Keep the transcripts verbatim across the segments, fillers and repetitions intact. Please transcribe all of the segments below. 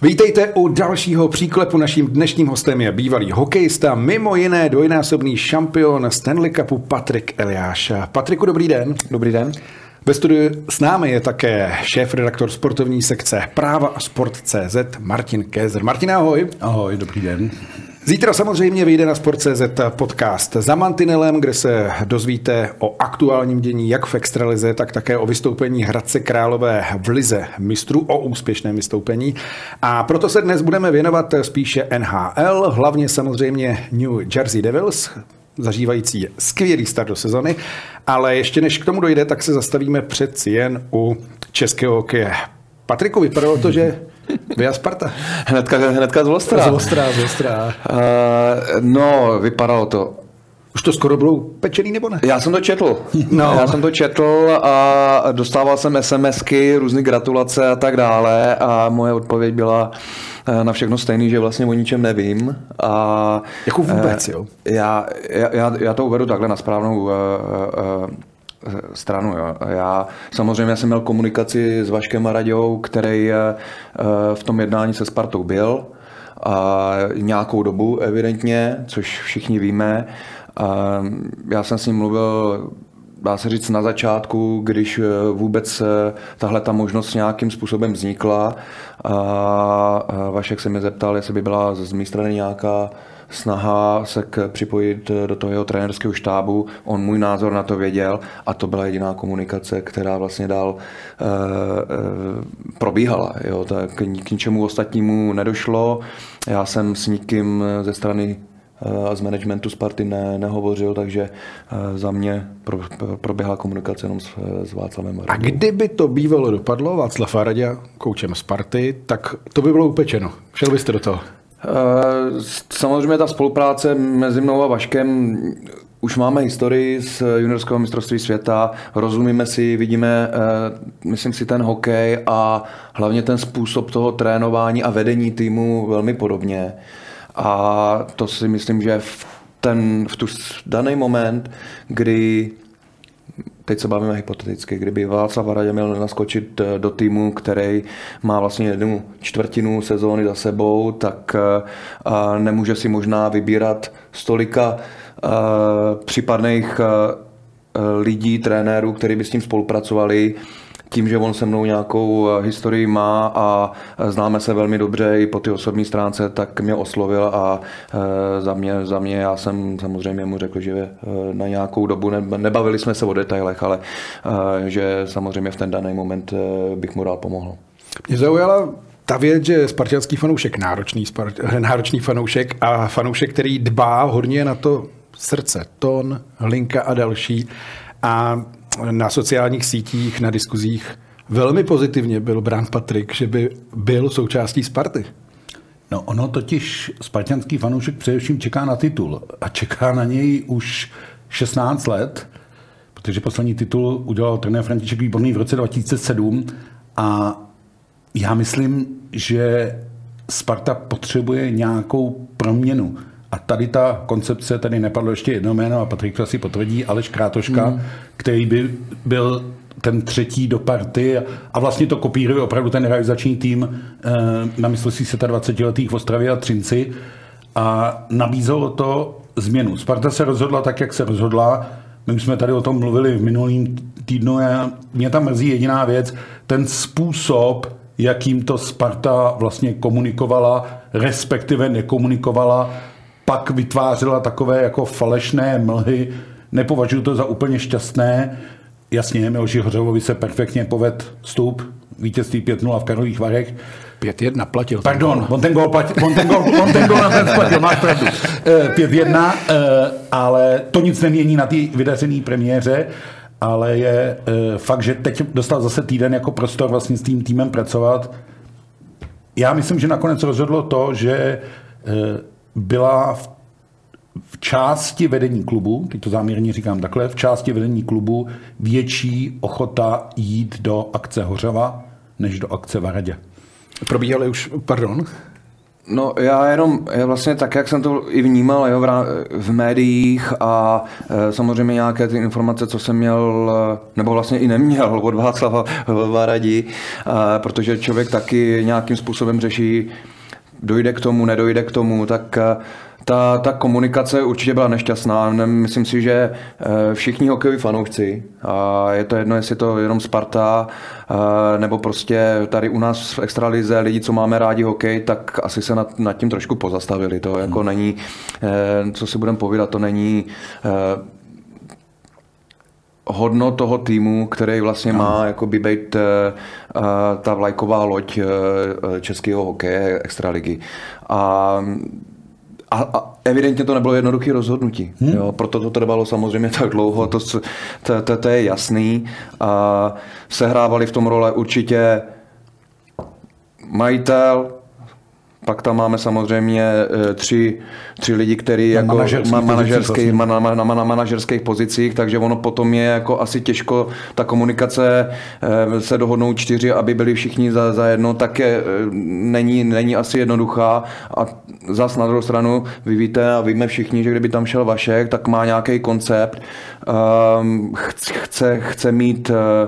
Vítejte u dalšího příklepu. Naším dnešním hostem je bývalý hokejista, mimo jiné dvojnásobný šampion Stanley Cupu Patrik Eliáš. Patriku, dobrý den. Dobrý den. Ve studiu s námi je také šéf-redaktor sportovní sekce Práva a sport tečka cé zet Martin Kézer. Martin, ahoj. Ahoj, dobrý den. Zítra samozřejmě vyjde na sport tečka cé zet podcast Za mantinelem, kde se dozvíte o aktuálním dění jak v extralize, tak také o vystoupení Hradce Králové v lize mistrů, o úspěšném vystoupení. A proto se dnes budeme věnovat spíše N H L, hlavně samozřejmě New Jersey Devils, zažívající skvělý start do sezony, ale ještě než k tomu dojde, tak se zastavíme přeci jen u českého hokeje. Patriku, vypadalo to, že vy a Sparta. Hnedka, hnedka z Ostra. Z Ostra, z Ostra. Uh, no, vypadalo to. Už to skoro bylo pečený, nebo ne? Já jsem to četl. No. Já jsem to četl a dostával jsem SMSky, různé gratulace a tak dále a moje odpověď byla na všechno stejný, že vlastně o ničem nevím. A jako vůbec, jo? Já, já, já to uvedu takhle na správnou uh, uh, stranu. Jo. Já samozřejmě jsem měl komunikaci s Vaškem Maraďou, který v tom jednání se Spartou byl a nějakou dobu evidentně, což všichni víme. A já jsem s ním mluvil, dá se říct, na začátku, když vůbec tahle ta možnost nějakým způsobem vznikla. A Vašek se mě zeptal, jestli by byla z mé strany nějaká snaha se k, připojit do toho jeho trenérského štábu. On můj názor na to věděl a to byla jediná komunikace, která vlastně dál e, e, probíhala. Jo. Tak k ničemu ostatnímu nedošlo. Já jsem s nikým ze strany a z managementu Sparty ne, nehovořil, takže za mě pro, proběhla komunikace jenom s, s Václavem Maradou. A kdyby to bývalo dopadlo, Václav Maraďa, koučem Sparty, tak to by bylo upečeno. Šel byste do toho? Samozřejmě ta spolupráce mezi mnou a Vaškem, už máme historii z juniorského mistrovství světa, rozumíme si, vidíme, myslím si, ten hokej a hlavně ten způsob toho trénování a vedení týmu velmi podobně. A to si myslím, že v ten v tu daný moment, kdy, teď se bavíme hypoteticky, kdyby Václav Maraďa měl naskočit do týmu, který má vlastně jednu čtvrtinu sezóny za sebou, tak nemůže si možná vybírat z tolika případných lidí, trenérů, kteří by s tím spolupracovali. Tím, že on se mnou nějakou historii má a známe se velmi dobře i po ty osobní stránce, tak mě oslovil a za mě, za mě já jsem samozřejmě mu řekl, že na nějakou dobu, nebavili jsme se o detailech, ale že samozřejmě v ten daný moment bych mu rád pomohl. Mě zaujala ta věc, že spartianský fanoušek, náročný, spart, náročný fanoušek a fanoušek, který dbá hodně na to srdce, tón, hlinka a další. A na sociálních sítích, na diskuzích velmi pozitivně byl brán Patrik, že by byl součástí Sparty. No ono totiž spartianský fanoušek především čeká na titul a čeká na něj už šestnáct let, protože poslední titul udělal trenér František Výborný v roce dva tisíce sedm a já myslím, že Sparta potřebuje nějakou proměnu. A tady ta koncepce, tady nepadlo ještě jedno jméno a Patrik to asi potvrdí, Aleš Krátoška, hmm. který by byl ten třetí do party a vlastně to kopíruje opravdu ten realizační tým na mistrovství světa dvacetiletých v Ostravě a Třinci a nabízelo to změnu. Sparta se rozhodla tak, jak se rozhodla. My jsme tady o tom mluvili v minulým týdnu a mě tam mrzí jediná věc, ten způsob, jakým to Sparta vlastně komunikovala, respektive nekomunikovala, pak vytvářela takové jako falešné mlhy. Nepovažuji to za úplně šťastné. Jasně, Miloši Hořavovi se perfektně povedl vstup, vítězství pět nula v Karlových Varech. pět jedna platil. Pardon, on ten gól platil, on ten gól, on ten gól na ten splatil, máš pravdu. pět jedna, ale to nic nemění na té vydařené premiéře, ale je fakt, že teď dostal zase týden jako prostor vlastně s tím týmem pracovat. Já myslím, že nakonec rozhodlo to, že byla v, v části vedení klubu, teď to záměrně říkám takhle, v části vedení klubu větší ochota jít do akce Hořava, než do akce Varadě. Probíhaly už, pardon? No já jenom, já vlastně tak, jak jsem to i vnímal jo, v, v médiích a e, samozřejmě nějaké ty informace, co jsem měl, nebo vlastně i neměl od Václava Varadi, e, protože člověk taky nějakým způsobem řeší, dojde k tomu, nedojde k tomu, tak ta, ta komunikace určitě byla nešťastná. Myslím si, že všichni hokejoví fanoušci, a je to jedno, jestli to jenom Sparta, nebo prostě tady u nás v extralize lidi, co máme rádi hokej, tak asi se nad, nad tím trošku pozastavili. To jako hmm. není, co si budeme povídat, to není hodno toho týmu, který vlastně má jakoby být uh, ta vlajková loď uh, českého hokeje, extraligy. A, a, a evidentně to nebylo jednoduché rozhodnutí. Hmm. Jo, proto to trvalo samozřejmě tak dlouho, to, to, to, to je jasný. A sehrávali v tom role určitě majitel, pak tam máme samozřejmě tři, tři lidi, kteří jako na manažerských, na, na, na, na manažerských pozicích, takže ono potom je jako asi těžko ta komunikace se dohodnou čtyři, aby byli všichni za, za jedno, tak je, není, není asi jednoduchá. A zas na druhou stranu vy víte a víme všichni, že kdyby tam šel Vašek, tak má nějaký koncept, chce, chce mít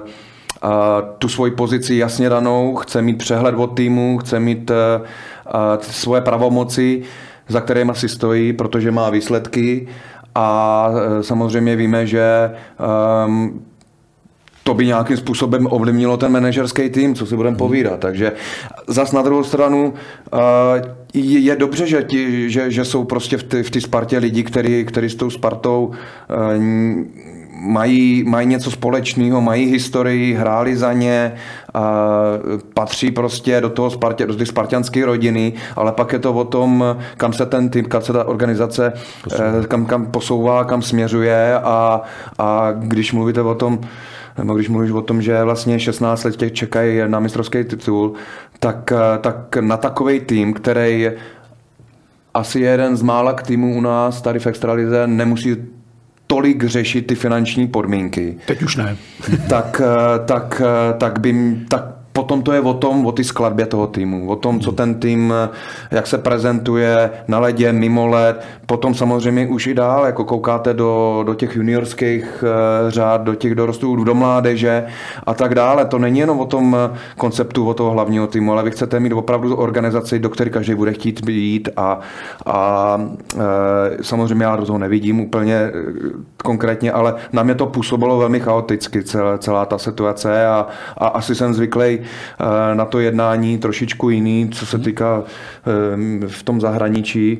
tu svoji pozici jasně danou, chce mít přehled od týmu, chce mít svoje pravomoci, za kterými si stojí, protože má výsledky a samozřejmě víme, že um, to by nějakým způsobem ovlivnilo ten manažerský tým, co si budeme povídat. Takže zas na druhou stranu uh, je, je dobře, že, ti, že, že jsou prostě v té v Spartě lidi, kteří, kteří s tou Spartou uh, mají, mají něco společného, mají historii, hráli za ně, a patří prostě do toho Spartě, do té spartianské rodiny, ale pak je to o tom, kam se ten tým, kam se ta organizace posouvá. Kam, kam posouvá, kam směřuje a, a když mluvíte o tom, nebo když mluvíš o tom, že vlastně šestnáct let těch čekají na mistrovský titul, tak, tak na takovej tým, který asi je jeden z mála týmů u nás tady v extralize, nemusí tolik řešit ty finanční podmínky. Teď už ne. tak, tak, tak by, tak potom to je o tom, o ty skladbě toho týmu, o tom, co ten tým, jak se prezentuje na ledě, mimo led, potom samozřejmě už i dál, jako koukáte do, do těch juniorských řád, do těch dorostů, do mládeže a tak dále. To není jenom o tom konceptu, o toho hlavního týmu, ale vy chcete mít opravdu organizaci, do které každý bude chtít být a, a e, samozřejmě já do toho nevidím úplně konkrétně, ale na mě to působilo velmi chaoticky, celá, celá ta situace a, a asi jsem zvyklý na to jednání trošičku jiný, co se týká v tom zahraničí.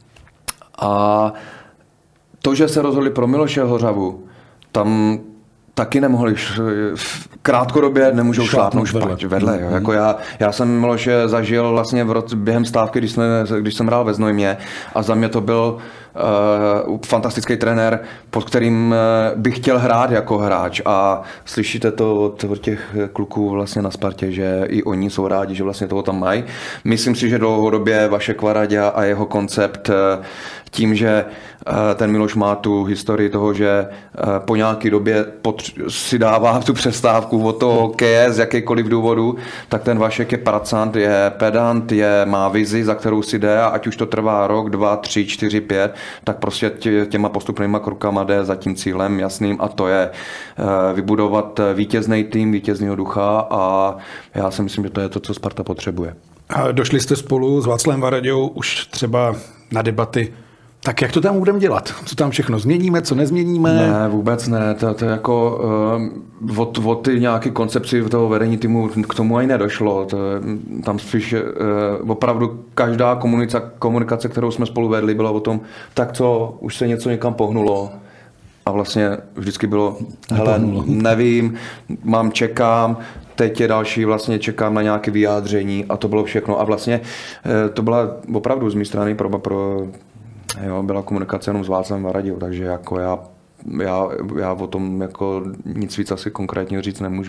A to, že se rozhodli pro Miloše Hořavu, tam taky nemohli, krátkodobě nemůžou šlápnout špatně vedle. Jo. Jako já, já jsem Miloše zažil vlastně v roce, během stávky, když, jsme, když jsem hrál ve Znojmě a za mě to byl uh, fantastický trenér, pod kterým uh, bych chtěl hrát jako hráč a slyšíte to od, od těch kluků vlastně na Spartě, že i oni jsou rádi, že vlastně toho tam mají. Myslím si, že dlouhodobě Vašek Varaďa a jeho koncept uh, tím, že uh, ten Miloš má tu historii toho, že uh, po nějaké době potř- si dává tu přestávku od toho hokeje z jakýkoliv důvodu, tak ten Vašek je pracant, je pedant, je, má vizi, za kterou si jde a ať už to trvá rok, dva, tři, čtyři, pět, tak prostě tě, těma postupnýma krokama jde za tím cílem jasným a to je uh, vybudovat vítězný tým, vítězného ducha a já si myslím, že to je to, co Sparta potřebuje. A došli jste spolu s Václavem Varaďou už třeba na debaty, tak jak to tam budeme dělat? Co tam všechno změníme, co nezměníme? Ne, vůbec ne. To, to jako uh, od, od ty nějaké koncepci toho vedení týmu k tomu ani nedošlo. To, tam spíš uh, opravdu každá komunikace, komunikace, kterou jsme spolu vedli, byla o tom, tak co, už se něco někam pohnulo. A vlastně vždycky bylo, hele, nevím, mám, čekám, teď je další, vlastně čekám na nějaké vyjádření a to bylo všechno. A vlastně uh, to byla opravdu z mé strany pro, pro Jo, byla komunikace jenom s Václavem Varaďou, takže jako já, já, já o tom jako nic víc asi konkrétního říct nemůžu.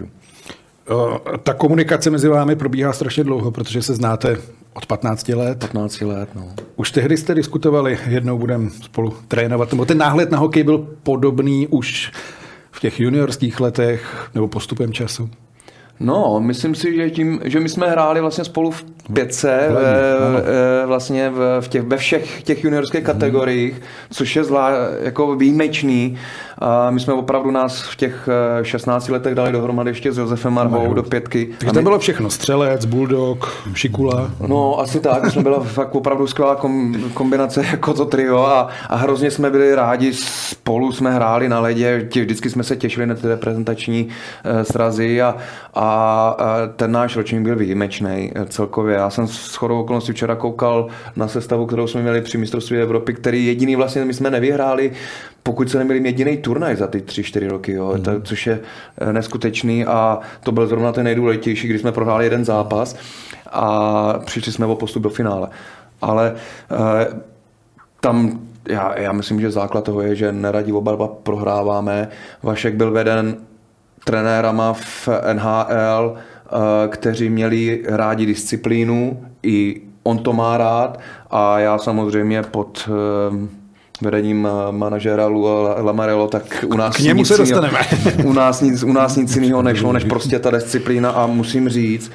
Ta komunikace mezi vámi probíhá strašně dlouho, protože se znáte od patnácti let. patnáct let, no. Už tehdy jste diskutovali, jednou budeme spolu trénovat, nebo ten náhled na hokej byl podobný už v těch juniorských letech nebo postupem času? No, myslím si, že tím, že my jsme hráli vlastně spolu v pětce, v, vlastně v, v těch, ve všech těch juniorských kategoriích, což je zvlá, jako výjimečný. A my jsme opravdu nás v těch šestnácti letech dali dohromady ještě s Josefem Marhou do pětky. Takže to bylo všechno, střelec, bulldog, šikula. No, asi tak, to jsme byla fakt opravdu skvělá kombinace jako to trio a, a hrozně jsme byli rádi, spolu jsme hráli na ledě, tě, vždycky jsme se těšili na ty reprezentační e, srazy a, a, a ten náš ročník byl výjimečný celkově. Já jsem s shodou okolností včera koukal na sestavu, kterou jsme měli při mistrovství Evropy, který jediný vlastně my jsme nevyhráli, pokud se neměli jediný turnaj za ty tři čtyři roky, jo, mm. to, což je neskutečný a to byl zrovna ten nejdůležitější, když jsme prohráli jeden zápas a přišli jsme o postup do finále. Ale eh, tam já, já myslím, že základ toho je, že neradi oba dva prohráváme. Vašek byl veden trenérama v N H L, eh, kteří měli rádi disciplínu, i on to má rád a já samozřejmě pod eh, vedením manažera Lua Lamariello, tak u nás k němu se dostaneme. u nás nic, u nás nic jiného nešlo, než prostě ta disciplína a musím říct,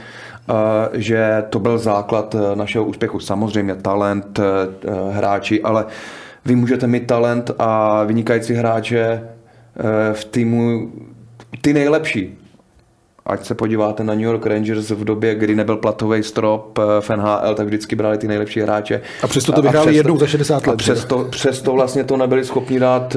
že to byl základ našeho úspěchu. Samozřejmě talent, hráči, ale vy můžete mít talent a vynikající hráče v týmu, ty nejlepší. Ať se podíváte na New York Rangers v době, kdy nebyl platový strop v N H L, tak vždycky brali ty nejlepší hráče. A přesto to vyhráli jednou za šedesát let. A přesto, přesto vlastně to nebyli schopni dát uh,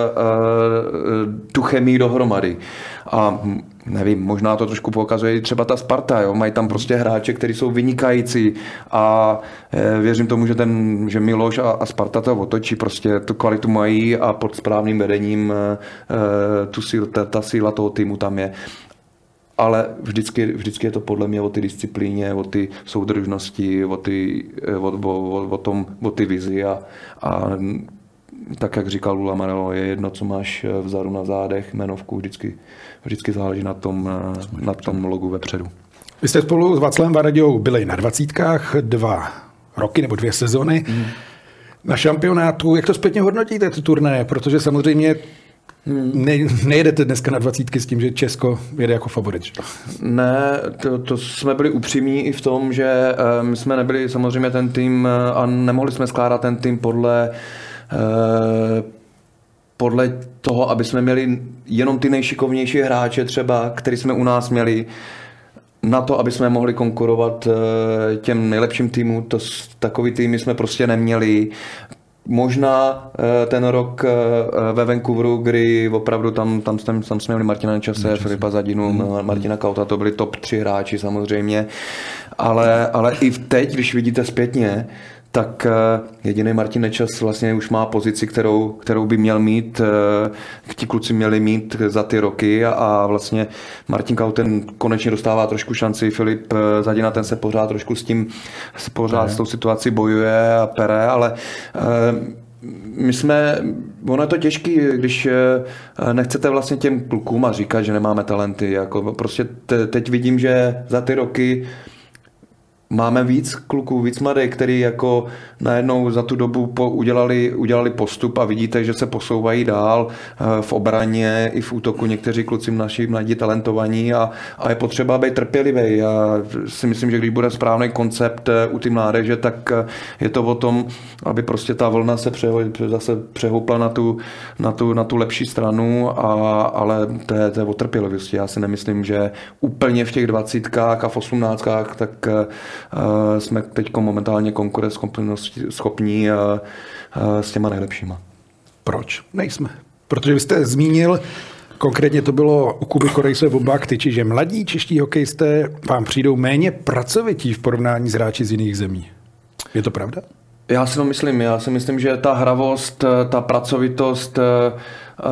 uh, tu chemii dohromady. A nevím, možná to trošku pokazuje třeba ta Sparta, jo? Mají tam prostě hráče, kteří jsou vynikající a e, věřím tomu, že, ten, že Miloš a, a Sparta to otočí, prostě tu kvalitu mají a pod správným vedením e, tu síl, ta, ta síla toho týmu tam je. Ale vždycky, vždycky je to podle mě o ty disciplíně, o ty soudržnosti, o, ty, o, o, o, tom, o ty vizi a, a tak, jak říkal Lula Lamariello, je jedno, co máš vzadu na zádech, jmenovku, vždycky, vždycky záleží na tom, na tom logu vepředu. Vy jste spolu s Václavem Varaďou byli na dvacítkách dva roky nebo dvě sezony. Hmm. Na šampionátu, jak to zpětně hodnotíte, ty turnaje? Protože samozřejmě Ne, nejedete dneska na dvacítky s tím, že Česko jede jako favorit. Ne, to, to jsme byli upřímní i v tom, že my jsme nebyli samozřejmě ten tým a nemohli jsme skládat ten tým podle podle toho, aby jsme měli jenom ty nejšikovnější hráče třeba, který jsme u nás měli, na to, aby jsme mohli konkurovat těm nejlepším týmům. To, takový týmy jsme prostě neměli. Možná ten rok ve Vancouveru, kdy opravdu tam, tam, tam, tam jsme měli Martina Nečase, Filipa Zadinu, mm. Martina Kauta, to byli top tři hráči samozřejmě, ale, ale i teď, když vidíte zpětně, tak jediný Martin Nečas vlastně už má pozici, kterou, kterou by měl mít, ti kluci měli mít za ty roky a vlastně Martin Kauten konečně dostává trošku šanci, Filip Zadina, ten se pořád trošku s tím, se pořád ne. s tou situací bojuje a pere, ale my jsme, ono je to těžký, když nechcete vlastně těm klukům a říkat, že nemáme talenty, jako prostě te, teď vidím, že za ty roky máme víc kluků, víc mladých, který jako najednou za tu dobu po, udělali, udělali postup a vidíte, že se posouvají dál v obraně i v útoku. Někteří kluci naši mladí talentovaní a, a je potřeba být trpělivý. Já si myslím, že když bude správný koncept u té mládeže, tak je to o tom, aby prostě ta vlna se přeho, zase přehoupla na tu, na tu, na tu lepší stranu, a, ale to je, to je o trpělivosti. Já si nemyslím, že úplně v těch dvacítkách a v osmnáctkách tak Uh, jsme teď momentálně konkurenceschopní uh, uh, s těma nejlepšíma. Proč? Nejsme. Protože vy jste zmínil, konkrétně to bylo u Kuby Korejse v Obakty, čiže mladí čeští hokejisté vám přijdou méně pracovití v porovnání s hráči z jiných zemí. Je to pravda? Já si to myslím. Já si myslím, že ta hravost, ta pracovitost uh,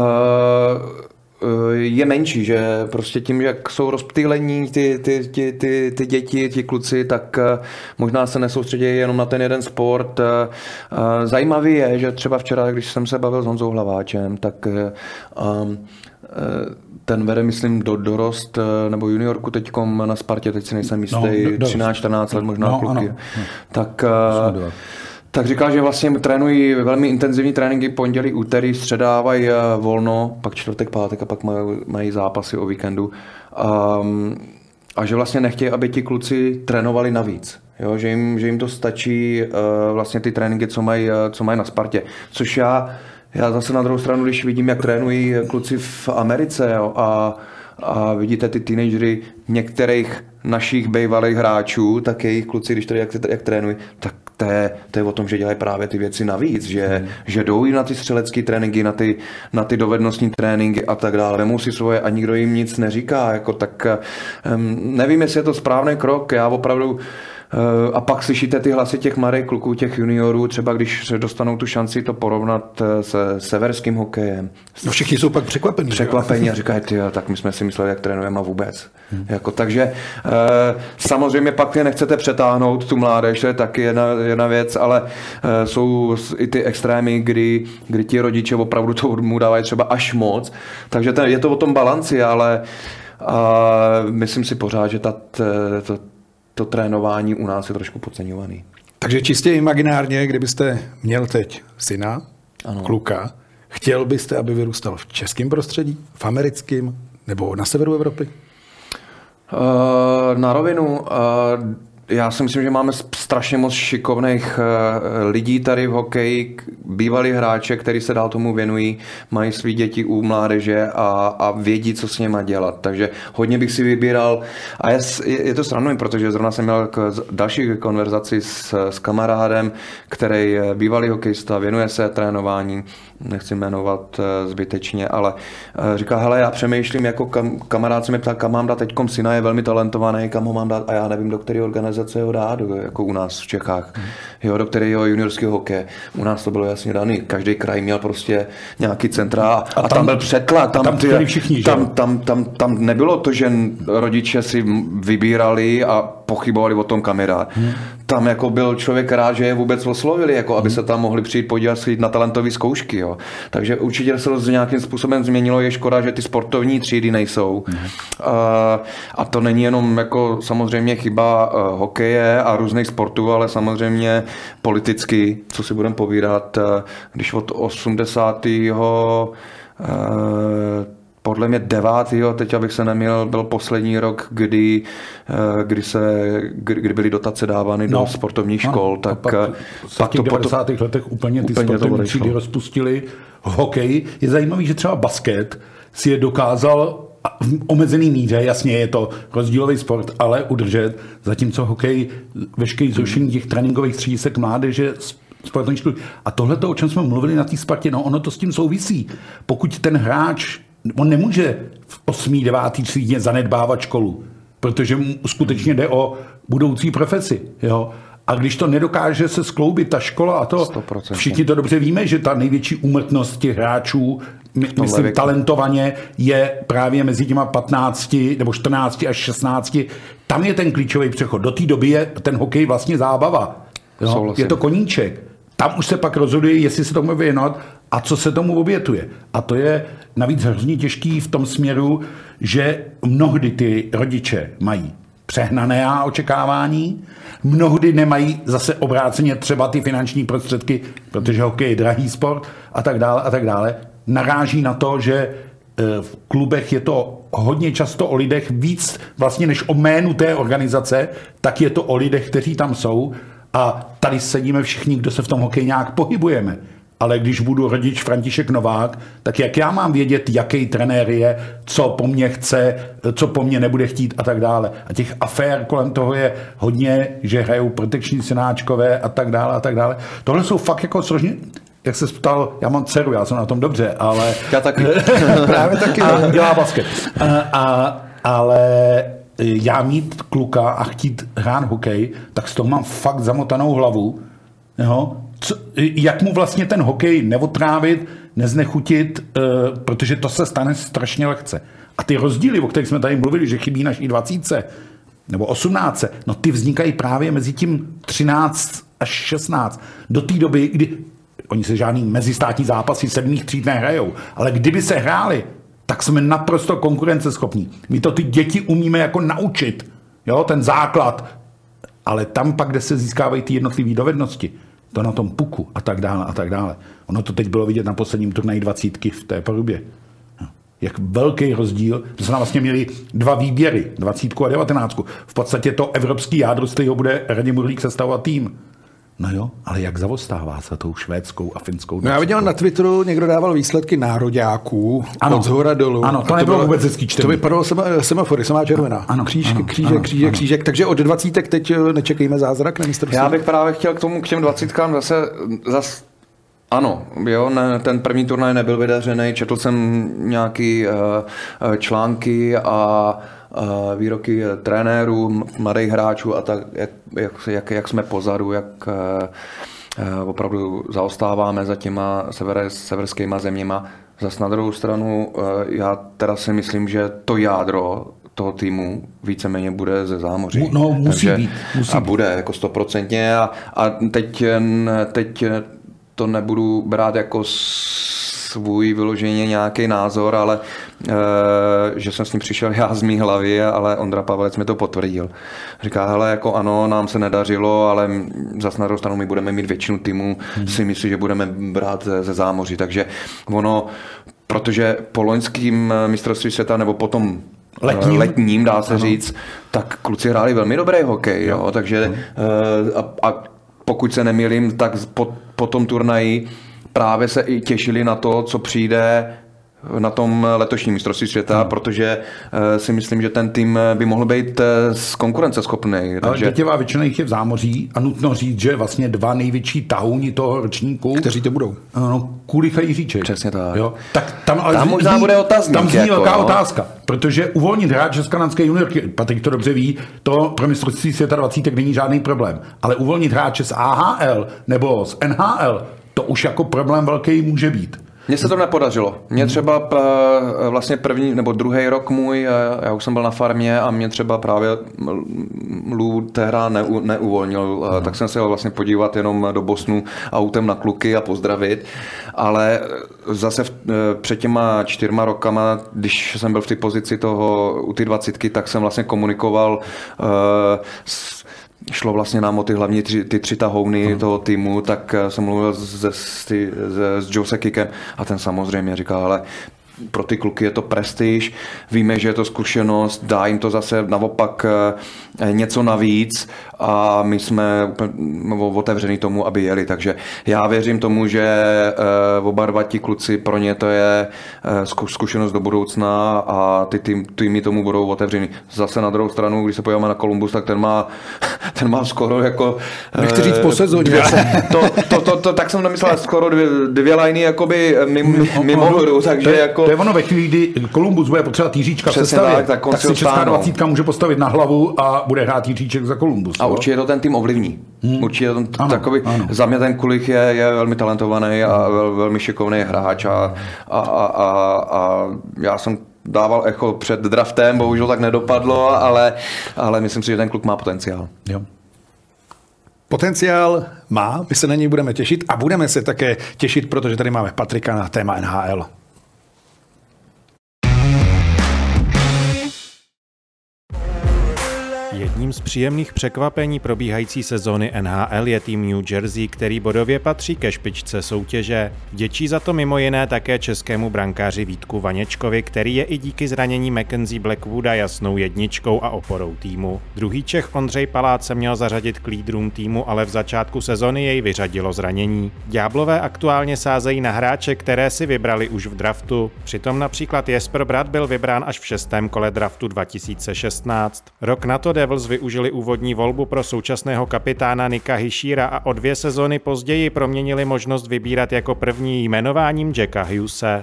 je menší, že prostě tím, jak jsou rozptýlení ty, ty, ty, ty, ty děti, ti kluci, tak možná se nesoustředí jenom na ten jeden sport. Zajímavý je, že třeba včera, když jsem se bavil s Honzou Hlaváčem, tak um, ten vede, myslím, do dorost nebo juniorku teďkom na Spartě, teď si nejsem jistý, no, třináct čtrnáct let možná no, kluky. Ano. Tak Tak říkal, že vlastně trénují velmi intenzivní tréninky, pondělí, úterý, středa dávají volno, pak čtvrtek, pátek a pak mají, mají zápasy o víkendu. Um, a že vlastně nechtějí, aby ti kluci trénovali navíc. Jo, že, jim, že jim to stačí uh, vlastně ty tréninky, co mají, co mají na Spartě. Což já, já zase na druhou stranu, když vidím, jak trénují kluci v Americe, jo, a, a vidíte ty teenagery některých našich bývalých hráčů, tak jejich kluci, když tady jak, jak trénují, tak to je, to je o tom, že dělají právě ty věci navíc, že, hmm. že jdou i na ty střelecké tréninky, na ty, na ty dovednostní tréninky a tak dále. Vemou si svoje a nikdo jim nic neříká. Jako, tak um, nevím, jestli je to správný krok. Já opravdu a pak slyšíte ty hlasy těch mladých kluků, těch juniorů, třeba když dostanou tu šanci to porovnat se severským hokejem. No všichni jsou pak překvapení. Překvapení a říkají, ty, tak my jsme si mysleli, jak trénujeme a vůbec. Hmm. Jako, takže samozřejmě pak je nechcete přetáhnout tu mládež, to je taky jedna, jedna věc, ale jsou i ty extrémy, kdy, kdy ti rodiče opravdu tomu dávají třeba až moc. Takže ten, je to o tom balanci, ale a myslím si pořád, že ta, to, to trénování u nás je trošku podceňovaný. Takže čistě imaginárně, kdybyste měl teď syna, ano. kluka, chtěl byste, aby vyrůstal v českém prostředí, v americkém nebo na severu Evropy? Uh, na rovinu, uh, já si myslím, že máme strašně moc šikovných uh, lidí tady v hokeji, bývalí hráče, kteří se dál tomu věnují, mají svý děti u mládeže a, a vědí, co s něma dělat. Takže hodně bych si vybíral. A je, je to srandový, protože zrovna jsem měl k další konverzaci s, s kamarádem, který je bývalý hokejista, věnuje se trénování, nechci jmenovat zbytečně, ale říká, hele, já přemýšlím, jako kam, kamarád se mi ptá, kam mám dát teďkom syna, je velmi talentovaný, kam ho mám dát a já nevím, do které organizace ho dát, jako u nás v Čechách, hmm. jo, do kterého juniorského hokeje. U nás to bylo jasně daný, každý kraj měl prostě nějaký centra a, a, tam, a tam byl přetlak, tam, tam, ty, všichni, tam, tam, tam, tam nebylo to, že rodiče si vybírali a pochybovali o tom, kam je dát. Hmm. Tam jako byl člověk rád, že je vůbec oslovili, jako aby se tam mohli přijít podívat si na talentové zkoušky. Jo. Takže určitě se to nějakým způsobem změnilo. Je škoda, že ty sportovní třídy nejsou. Hmm. A, a to není jenom jako samozřejmě chyba uh, hokeje a různých sportů, ale samozřejmě politicky, co si budeme povídat, uh, když od osmdesátého Uh, podle mě devátýho, teď abych se neměl, byl poslední rok, kdy, kdy, se, kdy byly dotace dávány no, do sportovních škol. Ano, tak pak, pak to v devadesátých letech úplně ty úplně sportovní třídy rozpustili. Hokej je zajímavý, že třeba basket si je dokázal v omezený míře, jasně je to rozdílový sport, ale udržet, zatímco hokej veškerý zrušení těch tréninkových středisek mládeže sportovní školy. A tohle, o čem jsme mluvili na té Spartě, no ono to s tím souvisí. Pokud ten hráč on nemůže v osmý, devátý třídě zanedbávat školu, protože mu skutečně jde o budoucí profesi. Jo? A když to nedokáže se skloubit, ta škola a to, sto procent. Všichni to dobře víme, že ta největší úmrtnost těch hráčů, my, myslím věku. talentovaně, je právě mezi těma patnácti nebo čtrnácti až šestnácti. Tam je ten klíčový přechod. Do té doby je ten hokej vlastně zábava. Jo? Je to koníček. Tam už se pak rozhoduje, jestli se tomu věnovat a co se tomu obětuje. A to je navíc hrozně těžký v tom směru, že mnohdy ty rodiče mají přehnané očekávání, mnohdy nemají zase obráceně třeba ty finanční prostředky, protože hokej je drahý sport a tak dále a tak dále. Naráží na to, že v klubech je to hodně často o lidech víc vlastně než o jménu té organizace, tak je to o lidech, kteří tam jsou. A tady sedíme všichni, kdo se v tom hokeji nějak pohybujeme. Ale když budu rodič František Novák, tak jak já mám vědět, jaký trenér je, co po mně chce, co po mně nebude chtít a tak dále. A těch afér kolem toho je hodně, že hrajou protekční synáčkové a tak dále a tak dále. Tohle jsou fakt jako složně. Jak se ptal, já mám dceru, já jsem na tom dobře, ale... Já taky. Právě taky. A dělá basket. A, a, ale... já mít kluka a chtít hrát hokej, tak z toho mám fakt zamotanou hlavu. Jo? Co, jak mu vlastně ten hokej neotrávit, neznechutit, e, protože to se stane strašně lehce. A ty rozdíly, o kterých jsme tady mluvili, že chybí naší dvacítce nebo osmnáctce, no ty vznikají právě mezi tím třináct až šestnáct. Do té doby, kdy oni se žádný mezistátní zápasy sedmých tříd nehrajou, ale kdyby se hráli, tak jsme naprosto konkurenceschopní. My to ty děti umíme jako naučit, jo, ten základ. Ale tam pak, kde se získávají ty jednotlivé dovednosti, to na tom puku a tak dále a tak dále. Ono to teď bylo vidět na posledním turnaji dvacítky v té Porubě. Jak velký rozdíl, to jsme vlastně měli dva výběry, dvacítku a devatenáctku. V podstatě to evropský jádro, z kterého bude Radim Urlík sestavovat tým. No jo, ale jak zavostává se tou švédskou a finskou? No já viděl na Twitteru, někdo dával výsledky nároďáků od zhora dolů. Ano, to nebylo vůbec hezký čtení. To vypadalo semafory, samá červená. Ano, křížek, ano, křížek, ano, křížek, ano. křížek. Takže od dvacítek teď nečekejme zázrak na mistrovství. Já bych právě chtěl k tomu, k těm dvacítkám zase, zase ano, jo, ne, ten první turnaj nebyl vydařený, četl jsem nějaký uh, články a uh, výroky trenérů, mladých hráčů a tak, jak, jak, jak, jak jsme pozadu, jak uh, opravdu zaostáváme za těma sever, severskýma zeměma. Zas na druhou stranu, uh, já teda si myslím, že to jádro toho týmu víceméně bude ze zámoří. No, musí Takže, být. Musí a bude jako stoprocentně a, a teď, teď to nebudu brát jako svůj vyloženě nějaký názor, ale e, že jsem s ním přišel já z mý hlavy, ale Ondra Pavelec mi to potvrdil. Říká, hele, jako ano, nám se nedařilo, ale zas na druhou stranu my budeme mít většinu týmu, hmm. si myslí, že budeme brát ze zámoří. Takže ono, protože po loňským mistrovství světa nebo potom letním, letním dá se ano. říct, tak kluci hráli velmi dobrý hokej, jo, takže a, a pokud se nemýlím, tak po, po tom turnaji právě se i těšili na to, co přijde na tom letošním mistrovství světa, hmm. protože uh, si myslím, že ten tým by mohl být uh, konkurenceschopný. Ale takže... Dětěvá většina jich je v zámoří a nutno říct, že vlastně dva největší tahouni toho ročníku. Kteří to budou? No, Kulich a Jiříček. Přesně tak. Jo? Tak tam, ale tam zní, možná bude otazník. Tam zní jako, velká no. otázka, protože uvolnit hráče z kanadské juniorky, Patrik to dobře ví, to pro mistrovství světa dvacítek není žádný problém. Ale uvolnit hráče z A H L nebo z N H L, to už jako problém velký může být. Mně se to nepodařilo. Mně třeba p, vlastně první nebo druhý rok můj, já už jsem byl na farmě a mě třeba právě Lou tehra neu, neuvolnil, no. tak jsem se jel vlastně podívat jenom do Bosnu autem na kluky a pozdravit, ale zase v, před těma čtyřma rokama, když jsem byl v té pozici toho u ty dvacítky, tak jsem vlastně komunikoval uh, s šlo vlastně nám o ty hlavní tři, ty tři tahouny uh-huh. toho týmu, tak jsem mluvil se, s, s Joe Sekikem a ten samozřejmě říkal, ale pro ty kluky je to prestiž, víme, že je to zkušenost, dá jim to zase naopak něco navíc a my jsme otevření tomu, aby jeli, takže já věřím tomu, že oba dva ti kluci, pro ně to je zkušenost do budoucna a ty tým, týmy tomu budou otevření. Zase na druhou stranu, když se podíváme na Columbus, tak ten má, ten má skoro jako... Nechci říct po sezóně. To, to, to, to, tak jsem nemyslel, skoro dvě, dvě lajny jakoby mimo hru, takže jako... To je ono ve chvíli, kdy Columbus bude potřebovat Jiříčka v sestavě, tak, tak, tak si česká dvacítka může postavit na hlavu a bude hrát Jiříček za Columbus. A určitě to ten tým ovlivní. Hmm. Určitě ten ano, takový, ano. Za mě ten Kulich je, je velmi talentovaný a vel, velmi šikovný hráč a, a, a, a, a já jsem dával echo před draftem, bohužel tak nedopadlo, ale, ale myslím si, že ten kluk má potenciál. Jo. Potenciál má, my se na něj budeme těšit a budeme se také těšit, protože tady máme Patrika na téma N H L. Jedním z příjemných překvapení probíhající sezóny N H L je tým New Jersey, který bodově patří ke špičce soutěže. Vděčí za to mimo jiné také českému brankáři Vítku Vaněčkovi, který je i díky zranění Mackenzie Blackwooda jasnou jedničkou a oporou týmu. Druhý Čech Ondřej Palác se měl zařadit k lídrům týmu, ale v začátku sezony jej vyřadilo zranění. Ďáblové aktuálně sázejí na hráče, které si vybrali už v draftu. Přitom například Jesper Bratt byl vybrán až v šestém kole draftu dva tisíce šestnáct. Rok na to Devils využili úvodní volbu pro současného kapitána Nicka Hischira a o dvě sezony později proměnili možnost vybírat jako první jmenováním Jacka Hughese.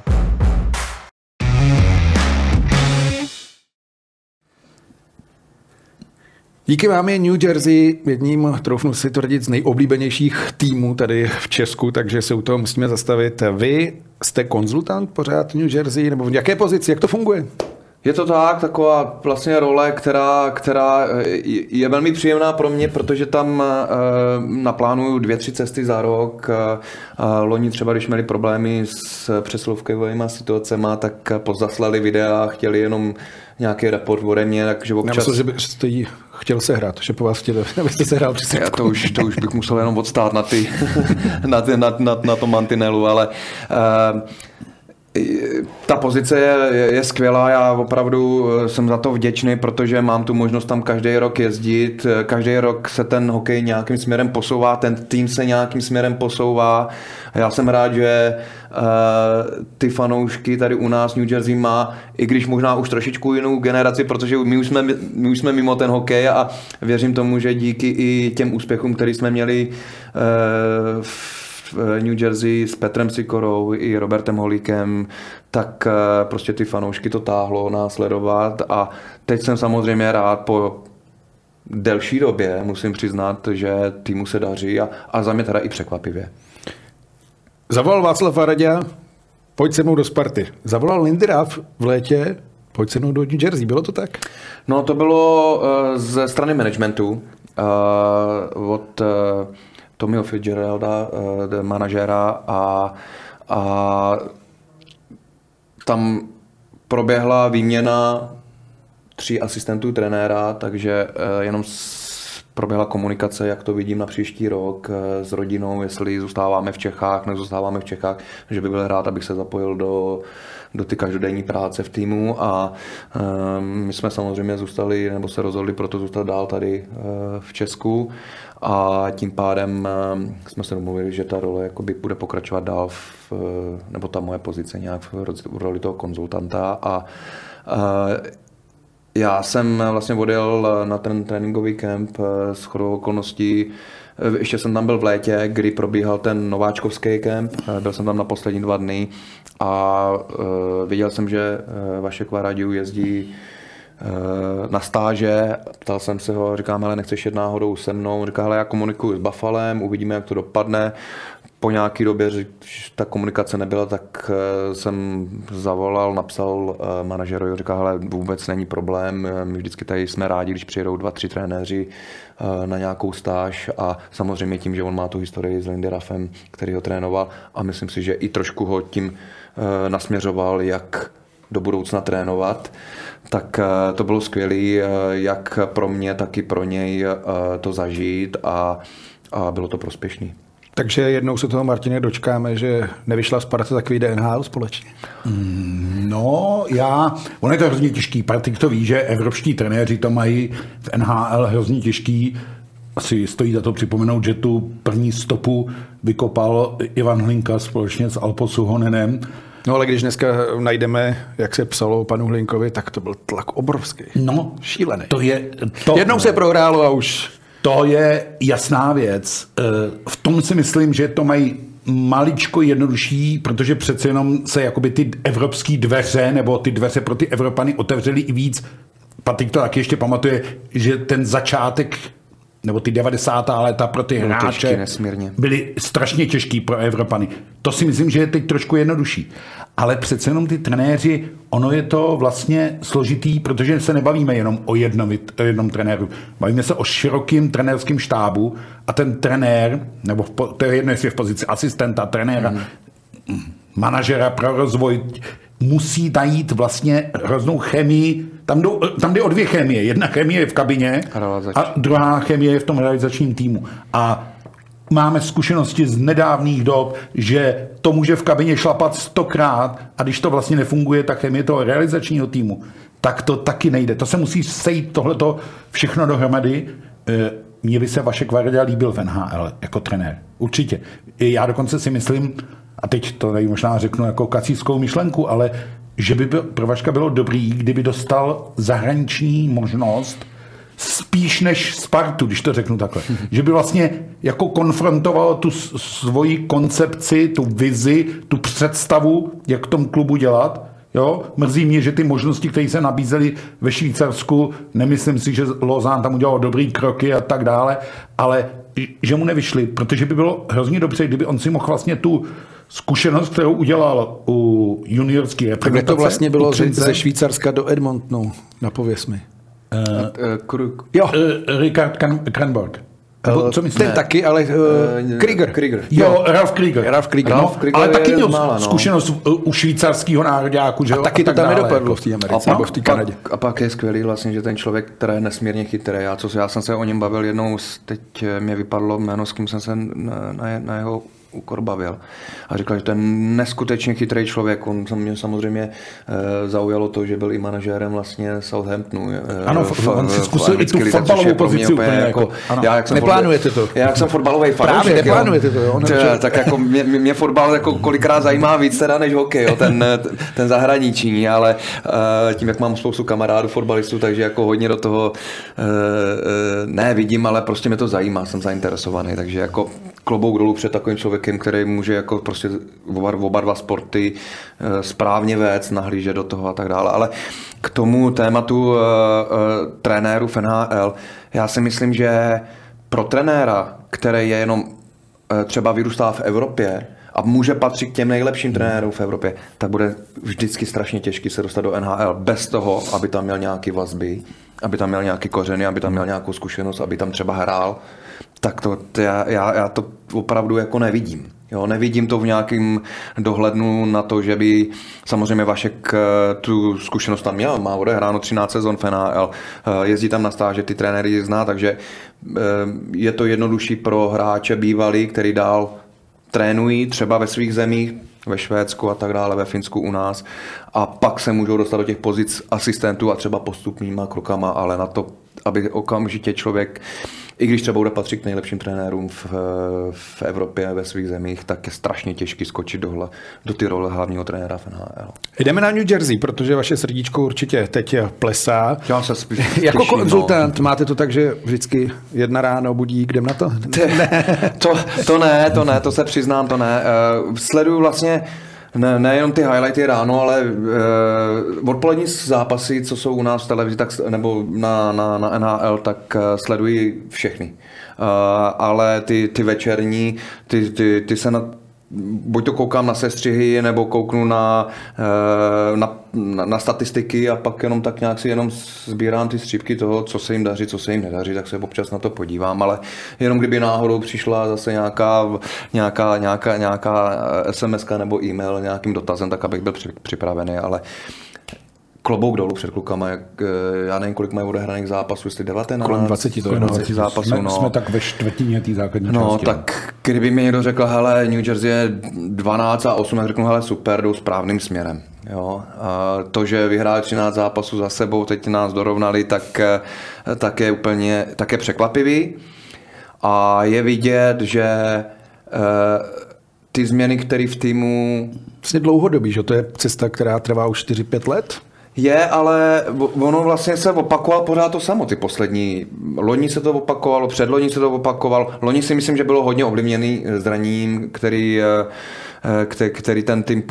Díky vám je New Jersey jedním, troufnu si tvrdit, z nejoblíbenějších týmů tady v Česku, takže se u toho musíme zastavit. Vy jste konzultant pořád New Jersey, nebo v jaké pozici, jak to funguje? Je to tak, taková vlastně role, která, která je velmi příjemná pro mě, protože tam naplánuju dvě, tři cesty za rok. Loni třeba, když měli problémy s přeslovkovými situacemi, tak pozaslali videa, chtěli jenom nějaký report ode mě, takže občas... Já myslím, že byste jí chtěl sehrát, že po vás chtěli, abyste sehrál při Já to už, to už bych musel jenom odstát na, ty, na, ty, na, na, na tom mantinelu, ale... Uh, Ta pozice je, je skvělá, já opravdu jsem za to vděčný, protože mám tu možnost tam každý rok jezdit, každý rok se ten hokej nějakým směrem posouvá, ten tým se nějakým směrem posouvá. Já jsem rád, že uh, ty fanoušky tady u nás New Jersey má, i když možná už trošičku jinou generaci, protože my už jsme, my už jsme mimo ten hokej a věřím tomu, že díky i těm úspěchům, který jsme měli uh, v New Jersey s Petrem Sikorou i Robertem Holíkem, tak prostě ty fanoušky to táhlo následovat a teď jsem samozřejmě rád po delší době, musím přiznat, že týmu se daří a, a za mě teda i překvapivě. Zavolal Václav Varaďa, pojď se mnou do Sparty. Zavolal Lindy Ruff v létě, pojď se mnou do New Jersey, bylo to tak? No to bylo uh, ze strany managementu uh, od uh, Tommyho Fitzgeralda, uh, manažera a, a tam proběhla výměna tří asistentů trenéra, takže uh, jenom s, proběhla komunikace, jak to vidím na příští rok uh, s rodinou, jestli zůstáváme v Čechách, nezůstáváme v Čechách, že by byl rád, abych se zapojil do, do ty každodenní práce v týmu a um, my jsme samozřejmě zůstali, nebo se rozhodli proto zůstat dál tady uh, v Česku. A tím pádem jsme se domluvili, že ta role jakoby bude pokračovat dál, v, nebo ta moje pozice nějak v roli toho konzultanta. A, a já jsem vlastně odjel na ten tréninkový kemp s shodou okolností. Ještě jsem tam byl v létě, kdy probíhal ten nováčkovský kemp. Byl jsem tam na poslední dva dny a viděl jsem, že Vašek Varaďů jezdí na stáže, ptal jsem se ho, říkám, hele, nechceš jet náhodou se mnou, říká, hele, já komunikuju s Buffalem, uvidíme, jak to dopadne. Po nějaký době, že ta komunikace nebyla, tak jsem zavolal, napsal manažerovi, říká, hele, vůbec není problém, my vždycky tady jsme rádi, když přijedou dva, tři trenéři na nějakou stáž a samozřejmě tím, že on má tu historii s Lindy Ruffem, který ho trénoval a myslím si, že i trošku ho tím nasměřoval, jak do budoucna trénovat, tak to bylo skvělé, jak pro mě, tak i pro něj to zažít a, a bylo to prospěšné. Takže jednou se toho, Martine, dočkáme, že nevyšla Sparta, tak vyjde N H L společně. No, já, on je to hrozně těžký, Partik to ví, že evropští trenéři to mají v N H L hrozně těžký. Asi stojí za to připomenout, že tu první stopu vykopal Ivan Hlinka společně s Alpo Suhonenem. No ale když dneska najdeme, jak se psalo o panu Hlinkovi, tak to byl tlak obrovský. No, šílený. To je, to, Jednou se prohrálo a už... To je jasná věc. V tom si myslím, že to mají maličko jednodušší, protože přece jenom se jakoby ty evropské dveře nebo ty dveře pro ty Evropany otevřely i víc. Patrik to taky ještě pamatuje, že ten začátek nebo ty devadesátá léta pro ty hráče byly strašně těžký pro Evropany. To si myslím, že je teď trošku jednodušší. Ale přece jenom ty trenéři, ono je to vlastně složitý, protože se nebavíme jenom o jednom, o jednom trenéru. Bavíme se o širokým trenérském štábu a ten trenér, nebo to je jedno, jestli je v pozici asistenta, trenéra, mm. manažera pro rozvoj, musí najít vlastně hroznou chemii. Tam, jdou, tam jde o dvě chemie. Jedna chemie je v kabině a druhá chemie je v tom realizačním týmu. A máme zkušenosti z nedávných dob, že to může v kabině šlapat stokrát a když to vlastně nefunguje, ta chemie toho realizačního týmu, tak to taky nejde. To se musí sejít tohleto všechno dohromady. Mně by se Vašek Varaďa líbil v N H L jako trenér. Určitě. Já dokonce si myslím, a teď to tady možná řeknu jako kacířskou myšlenku, ale že by byl, pro Vaška bylo dobrý, kdyby dostal zahraniční možnost spíš než Spartu, když to řeknu takhle. Že by vlastně jako konfrontoval tu svoji koncepci, tu vizi, tu představu, jak v tom klubu dělat. Jo? Mrzí mě, že ty možnosti, které se nabízely ve Švýcarsku, nemyslím si, že Lausanne tam udělal dobrý kroky a tak dále, ale že mu nevyšly, protože by bylo hrozně dobře, kdyby on si mohl vlastně tu zkušenost, kterou udělal u juniorské reprezentace. Tak to vlastně bylo ze Švýcarska do Edmontonu, napověz mi. Uh, uh, jo. Uh, Richard Kranborg. Uh, co myslíš? Ten ne. taky, ale uh, Krieger. Krieger. Jo, Ralf Krieger. Ralf Krieger. No, Ralf Krieger ale taky měl mála, no. zkušenost u švýcarského nároďáku. Že? A taky a to tak tam nedopadlo v té Americe, nebo v té Kanadě. A pak je skvělý vlastně, že ten člověk, který je nesmírně chytrý. Já, co, já jsem se o něm bavil jednou, teď mě vypadlo jméno, s kým jsem se na, na, na jeho úkor bavil. A říkal, že to je neskutečně chytrý člověk. On mě samozřejmě e, zaujalo to, že byl i manažérem vlastně Southamptonu. E, ano, v, on si zkusil i tu fotbalovou pozici úplně. Jako, jako, já, jak jsem neplánujete to. Já jak jsem fotbalový fanoušek. Právě neplánujete to. Jo? Tě, tak jako mě, mě fotbal jako kolikrát zajímá víc teda než hokej, jo? Ten, ten zahraniční, ale e, tím, jak mám spoustu kamarádů fotbalistů, takže jako hodně do toho e, e, ne vidím, ale prostě mě to zajímá, jsem zainteresovaný, takže jako klobouk dolů před takovým člověkem, který může jako prostě oba, oba dva sporty e, správně vést, nahlížet do toho a tak dále. Ale k tomu tématu e, e, trenéru v N H L, já si myslím, že pro trenéra, který je jenom e, třeba vyrůstá v Evropě a může patřit k těm nejlepším trenérům v Evropě, tak bude vždycky strašně těžký se dostat do N H L bez toho, aby tam měl nějaký vazby, aby tam měl nějaký kořeny, aby tam měl nějakou zkušenost, aby tam třeba hrál. Tak to, to já, já, já to opravdu jako nevidím. Jo, nevidím to v nějakém dohlednu na to, že by samozřejmě Vašek tu zkušenost tam měl, má odehráno třináct sezon v N H L, jezdí tam na stáže, ty trenéry zná, takže je to jednodušší pro hráče bývalý, který dál trénují třeba ve svých zemích, ve Švédsku a tak dále, ve Finsku u nás a pak se můžou dostat do těch pozic asistentů a třeba postupnýma krokama, ale na to, aby okamžitě člověk, i když třeba bude patřit k nejlepším trenérům v, v Evropě, ve svých zemích, tak je strašně těžký skočit do, do ty role hlavního trenéra v N H L. Jdeme na New Jersey, protože vaše srdíčko určitě teď plesá. Já se spíš, spíš jako konzultant no. Máte to tak, že vždycky jedna ráno budí, jdem na to? Ne. to, to ne, to ne, to se přiznám, to ne. Uh, sleduju vlastně Ne, nejenom ty highlighty ráno, ale uh, odpolední zápasy, co jsou u nás v televizi, tak, nebo na, na, na N H L, tak uh, sleduji všechny. Uh, ale ty, ty večerní, ty, ty, ty se na, buď to koukám na sestřihy, nebo kouknu na, uh, na, na, na statistiky a pak jenom tak nějak si jenom sbírám ty střípky toho, co se jim daří, co se jim nedaří, tak se občas na to podívám, ale jenom kdyby náhodou přišla zase nějaká, nějaká, nějaká, nějaká es em eska nebo e-mail nějakým dotazem, tak abych byl připravený, ale klobouk dolů před klukama, jak, já nevím, kolik mají odehraných zápasů, jestli devatenáct, kolem dvacet, to dvacet zápasů. Jsme, no. jsme tak ve čtvrtině té základní no, části. No, tak kdyby mi někdo řekl, hele, New Jersey je dvanáct a osm, tak řeknu, hele, super, jdou správným směrem. Jo. A to, že vyhráli třináct zápasů za sebou, teď nás dorovnali, tak, tak je úplně tak je překvapivý. A je vidět, že ty změny, které v týmu... Vlastně dlouhodobý, že to je cesta, která trvá už čtyři pět let? Je, ale ono vlastně se opakovalo pořád to samo, ty poslední. Loni se to opakovalo, předloni se to opakovalo. Loni si myslím, že bylo hodně ovlivněný zraněním, který, který, který ten tým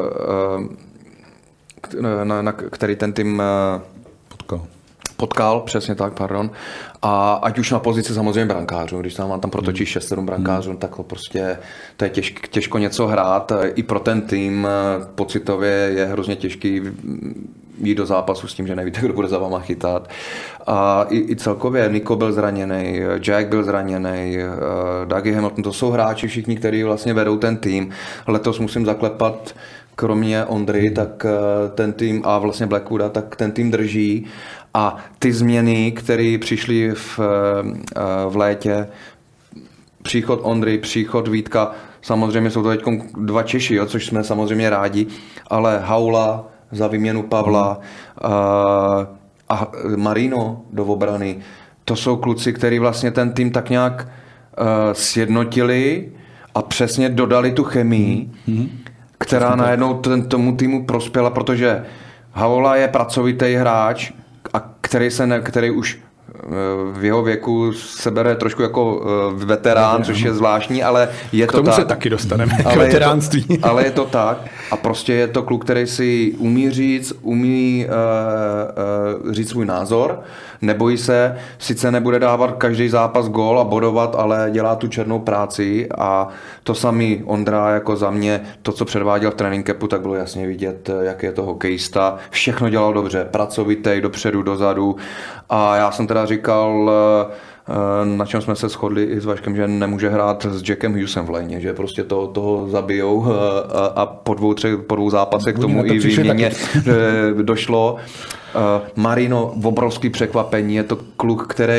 který ten tým potkal. Potkal, přesně tak, pardon. A ať už na pozici samozřejmě brankářů, když tam, tam protočí šest sedm brankářů, hmm. tak to prostě to je těžko, těžko něco hrát. I pro ten tým pocitově je hrozně těžký jít do zápasu s tím, že nevíte, kdo bude za váma chytat. A i, i celkově Nico byl zraněný, Jack byl zraněný, Dougie Hamilton, to jsou hráči všichni, kteří vlastně vedou ten tým. Letos musím zaklepat, kromě Ondry, tak ten tým a vlastně Blackwooda, tak ten tým drží. A ty změny, které přišly v, v létě, příchod Ondry, příchod Vítka, samozřejmě jsou to teď dva Češi, jo, což jsme samozřejmě rádi, ale Haula za výměnu Pavla hmm. a, a Marino do obrany, to jsou kluci, kteří vlastně ten tým tak nějak uh, sjednotili a přesně dodali tu chemii, hmm. která přesně najednou ten, tomu týmu prospěla, protože Haula je pracovitý hráč, a který, se ne, který už v jeho věku se bere trošku jako veterán, což je zvláštní, ale je k to tomu tak. se taky dostaneme, ale k veteránství. Je to, ale je to tak a prostě je to kluk, který si umí říct, umí uh, uh, říct svůj názor, nebojí se, sice nebude dávat každý zápas gól a bodovat, ale dělá tu černou práci a to samý Ondra jako za mě, to, co předváděl v trénink campu, tak bylo jasně vidět, jak je to hokejista. Všechno dělal dobře, pracovitý, dopředu, dozadu a já jsem teda říkal, na čem jsme se shodli i s Vaškem, že nemůže hrát s Jackem Hughesem v léně, že prostě to, toho zabijou a, a po dvou, třech, po dvou zápasech k tomu i výměně došlo. Marino, obrovský překvapení, je to kluk, který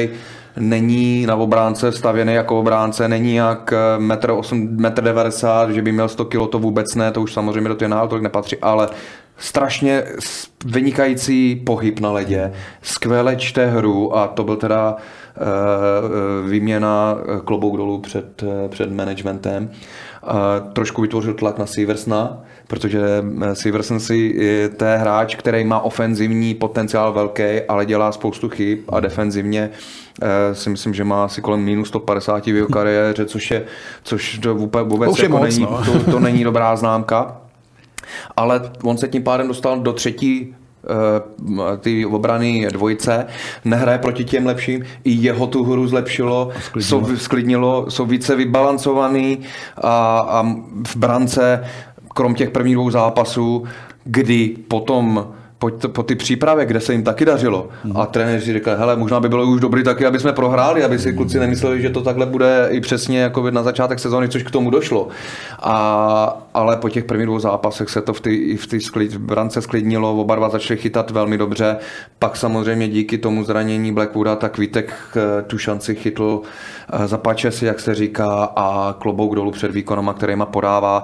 není na obránce stavěný jako obránce, není jak metr osm, metr devadesát, že by měl sto kilo, to vůbec ne, to už samozřejmě do té N H L tolik nepatří, ale strašně vynikající pohyb na ledě, skvěle čte hru a to byl teda uh, výměna klobouk dolů před, před managementem. Uh, trošku vytvořil tlak na Seversona, protože Severson si je té hráč, který má ofenzivní potenciál velký, ale dělá spoustu chyb a defenzivně uh, si myslím, že má asi kolem minus sto padesát v jeho kariéře, což je, což to vůbec, vůbec jako moc, není, no. to, to není dobrá známka. Ale on se tím pádem dostal do třetí uh, ty obrany dvojice, nehraje proti těm lepším, i jeho tu hru zlepšilo, jsou, sklidnilo, jsou více vybalancovaný a, a v brance, krom těch prvních dvou zápasů, kdy potom po, po ty přípravě, kde se jim taky dařilo. Mm. A trenéři říkali, hele, možná by bylo už dobrý taky, aby jsme prohráli, aby si kluci nemysleli, že to takhle bude i přesně jako na začátek sezóny, což k tomu došlo. A, ale po těch prvních dvou zápasech se to v té v ty sklid, v brance sklidnilo, oba dva začali chytat velmi dobře. Pak samozřejmě díky tomu zranění Blackwooda, tak Vítek tu šanci chytl, zapáče si, jak se říká, a klobouk dolů před výkonama, kterýma podává.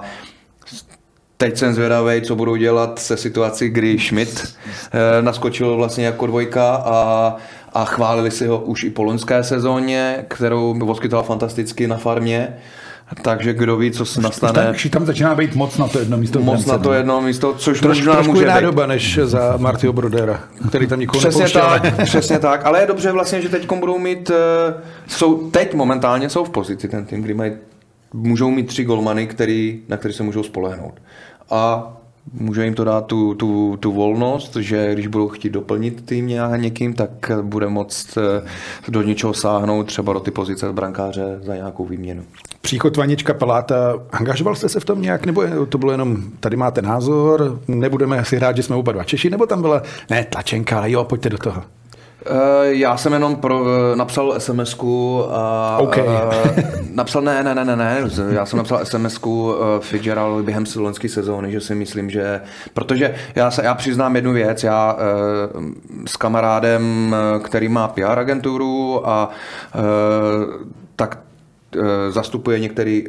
Teď jsem zvědavý, co budou dělat se situací, kdy Schmidt eh, naskočil vlastně jako dvojka a, a chválili si ho už i po loňské sezóně, kterou poskytoval fantasticky na farmě. Takže kdo ví, co se nastane. Už tam začíná být moc na to jedno místo. Moc na to jedno místo, což Troš, možná trošku může jiná být. doba než za Martyho Brodera, který tam nikoho Přesně nepouštěl. tak, přesně tak, ale je dobře vlastně, že teď budou mít, jsou, teď momentálně jsou v pozici ten tým, kdy mají, můžou mít tři golmany, který, na který se můžou spolehnout. A může jim to dát tu, tu, tu volnost, že když budou chtít doplnit tým nějak někým, tak bude moct do něčeho sáhnout, třeba do ty pozice brankáře za nějakou výměnu. Příchod Vaněčka Paláta, angažoval jste se v tom nějak, nebo to bylo jenom, tady máte názor, nebudeme si hrát, že jsme oba dva Češi, nebo tam byla, ne, tlačenka, ale jo, pojďte do toho. Já jsem jenom pro, napsal SMSku a okay. napsal, ne, ne, ne, ne, ne, já jsem napsal SMSku Fitzgeraldovi během loňské sezóny, že si myslím, že, protože já, se, já přiznám jednu věc, já s kamarádem, který má P R agenturu a tak zastupuje některý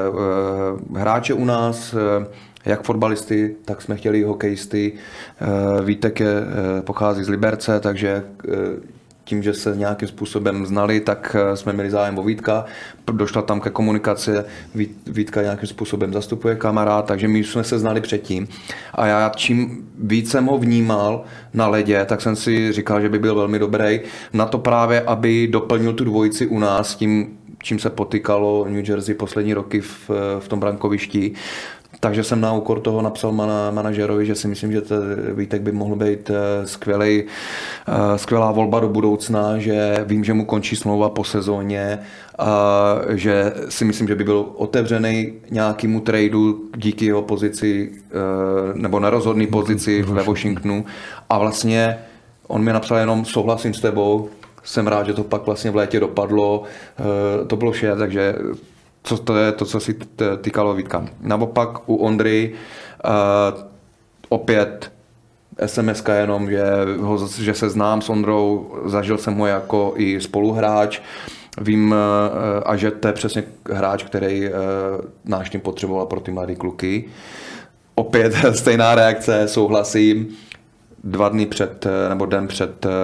hráče u nás, jak fotbalisty, tak jsme chtěli hokejisty. Vítek je, pochází z Liberce, takže tím, že se nějakým způsobem znali, tak jsme měli zájem o Vítka. Došla tam ke komunikaci, Vítka nějakým způsobem zastupuje kamarád, takže my jsme se znali předtím. A já čím víc jsem ho vnímal na ledě, tak jsem si říkal, že by byl velmi dobrý na to právě, aby doplnil tu dvojici u nás tím, čím se potýkalo New Jersey poslední roky v, v tom brankovišti. Takže jsem na úkor toho napsal mana, manažerovi, že si myslím, že ten Vítek by mohl být skvělej, skvělá volba do budoucna, že vím, že mu končí smlouva po sezóně, a že si myslím, že by byl otevřený nějakému tradu díky jeho pozici nebo nerozhodný pozici ve Washingtonu. A vlastně on mi napsal jenom souhlasím s tebou, jsem rád, že to pak vlastně v létě dopadlo, to bylo vše, takže co to je to, co si týkalo Vítka. Naopak u Ondry uh, opět es em eska jenom, že, ho, že se znám s Ondrou, zažil jsem ho jako i spoluhráč, vím uh, a že to je přesně hráč, který uh, náš tým potřeboval pro ty mladé kluky. Opět stejná reakce, souhlasím. Dva dny před, nebo den před uh,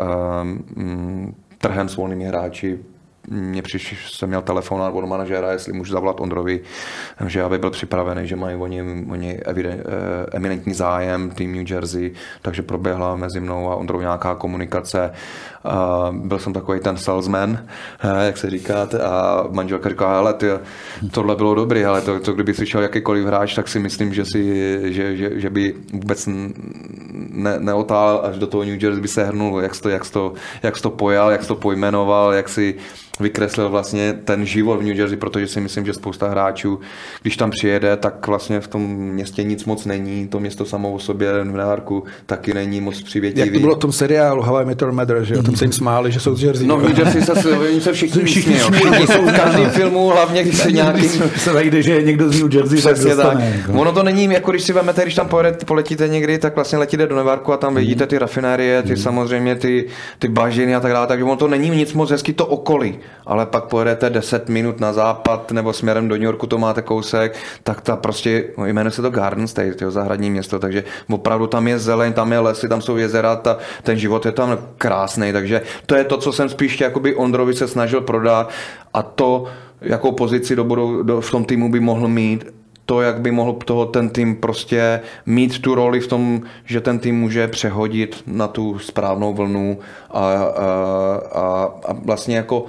um, trhem s volnými hráči mě přišel, jsem měl telefon od manažera, jestli můžu zavolat Ondrovi, že aby byl připravený, že mají oni, oni evident, eminentní zájem, tým New Jersey, takže proběhla mezi mnou a Ondrou nějaká komunikace. Byl jsem takový ten salesman, jak se říká, a manželka říká, hele, ty, tohle bylo dobrý, ale to, to kdyby slyšel jakýkoliv hráč, tak si myslím, že, si, že, že, že by vůbec ne, neotál až do toho New Jersey by se hrnul, jak jsi to, jak jsi to, jak jsi to pojal, jak jsi to pojmenoval, jak si vykreslil vlastně ten život v New Jersey, protože si myslím, že spousta hráčů, když tam přijede, tak vlastně v tom městě nic moc není, to město samo o sobě v New Yorku taky není moc přivětivý. Jak to bylo v tom seriálu How I Met Your Mother, že jo? Tam se jim smáli, že jsou z Jersey. No v New Jersey se, se všichni, všichni smějí, jsou v každém filmu, hlavně když se nějaký... se vejde, že je někdo z New Jersey, tak dostane. Tak. Ono to není, jako když si vemete, když tam pojedete, poletíte někdy, tak vlastně letíte do New Yorku a tam vidíte ty rafinérie, ty mm. samozřejmě ty, ty bažiny a tak dále, takže ono to není nic moc hezky to okolí, ale pak pojedete deset minut na západ nebo směrem do New Yorku, to máte kousek, tak ta prostě, no, jmenuje se to Garden State, jo, zahradní město, takže opravdu tam je zeleň, tam je lesy, tam jsou jezera, ta, ten život je tam krásný, takže to je to, co jsem spíš jakoby Ondrovi se snažil prodat a to, jakou pozici do budou, do, v tom týmu by mohl mít, to, jak by mohl toho ten tým prostě mít tu roli v tom, že ten tým může přehodit na tu správnou vlnu a, a, a, a vlastně jako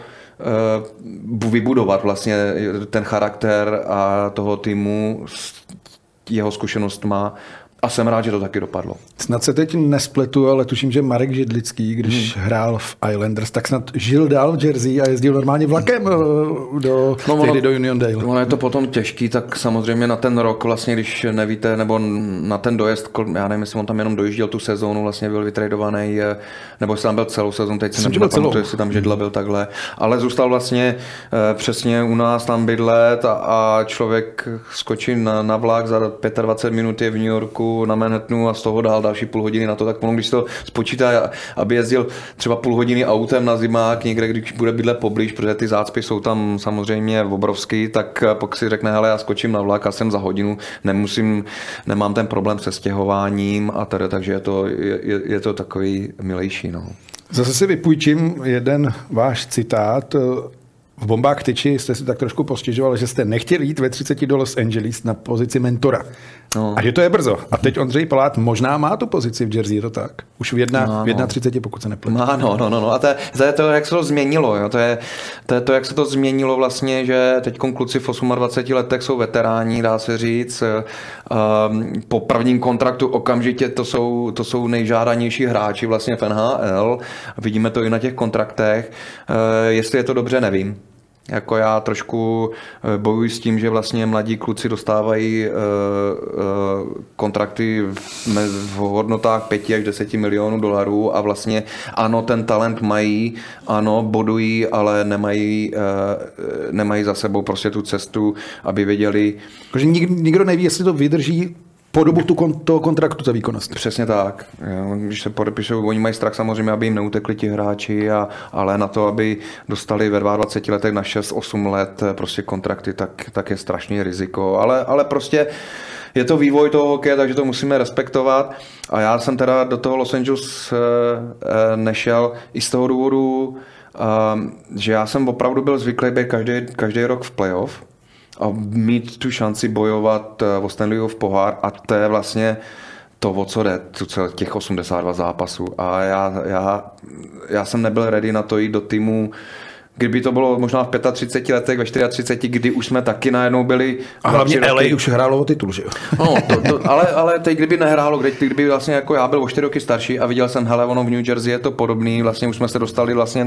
vybudovat vlastně ten charakter a toho týmu, jeho zkušenost má. A jsem rád, že to taky dopadlo. Snad se teď nespletu, ale tuším, že Marek Židlický, když hmm. hrál v Islanders, tak snad žil dál v Jersey a jezdil normálně vlakem do, no, ono, do Uniondale. Ono je to potom těžký, tak samozřejmě na ten rok, vlastně, když nevíte, nebo na ten dojezd, já nevím, jestli on tam jenom dojížděl tu sezónu, vlastně byl vytradovaný, nebo jestli tam byl celou sezónu, teď si nepamatuju, jestli tam Židla byl takhle, ale zůstal vlastně přesně u nás tam bydlet a, a člověk skočí na, na vlak, za dvacet pět minut je v New Yorku, na Manhattanu a z toho dál další půl hodiny na to, tak pokud když to spočítá, aby jezdil třeba půl hodiny autem na zimák někde, když bude bydlet poblíž, protože ty zácpy jsou tam samozřejmě obrovský, tak pokud si řekne, hele, já skočím na vlak a jsem za hodinu, nemusím, nemám ten problém se stěhováním a tedy, takže je to, je, je to takový milejší. No. Zase si vypůjčím jeden váš citát. V Bombách tyči jste si tak trošku postěžoval, že jste nechtěli jít ve třiceti do Los Angeles na pozici mentora. No. A že to je brzo. A teď Ondřej Palát možná má tu pozici v Jersey, je to tak? Už v, jedna, no, v třiceti jedna, pokud se nepletu. No, no, no, no. A to je, to je to, jak se to změnilo. Jo? To, je, to je to, jak se to změnilo vlastně, že teď kluci v dvaceti osmi letech jsou veteráni, dá se říct. Po prvním kontraktu okamžitě to jsou, to jsou nejžádanější hráči vlastně v N H L. Vidíme to i na těch kontraktech. Jestli je to dobře, nevím. Jako já trošku bojuji s tím, že vlastně mladí kluci dostávají uh, uh, kontrakty v, v hodnotách pěti až deseti milionů dolarů a vlastně ano, ten talent mají, ano, bodují, ale nemají, uh, nemají za sebou prostě tu cestu, aby věděli. Takže nikdo neví, jestli to vydrží po dobu tu kon, toho kontraktu za výkonnost. Přesně tak. Když se podepíšou, oni mají strach samozřejmě, aby jim neutekli ti hráči, a, ale na to, aby dostali ve dvaceti dvou letech na šest osm let prostě kontrakty, tak, tak je strašný riziko. Ale, ale prostě je to vývoj toho hokeje, takže to musíme respektovat. A já jsem teda do toho Los Angeles nešel i z toho důvodu, že já jsem opravdu byl zvyklý být každý, každý rok v playoff a mít tu šanci bojovat o Stanleyův pohár, a to je vlastně to, o co jde, těch osmdesát dva zápasů. A já, já, já jsem nebyl ready na to jít do týmu, kdyby to bylo možná v třiceti pěti letech, ve čtyřiceti čtyřech, kdy už jsme taky najednou byli. A hlavně L A už hrálo o titul, že jo? No, to, to, ale, ale teď, kdyby nehrálo, kdy, kdyby vlastně jako já byl o čtyři roky starší a viděl jsem, hele, ono v New Jersey je to podobný, vlastně už jsme se dostali vlastně uh,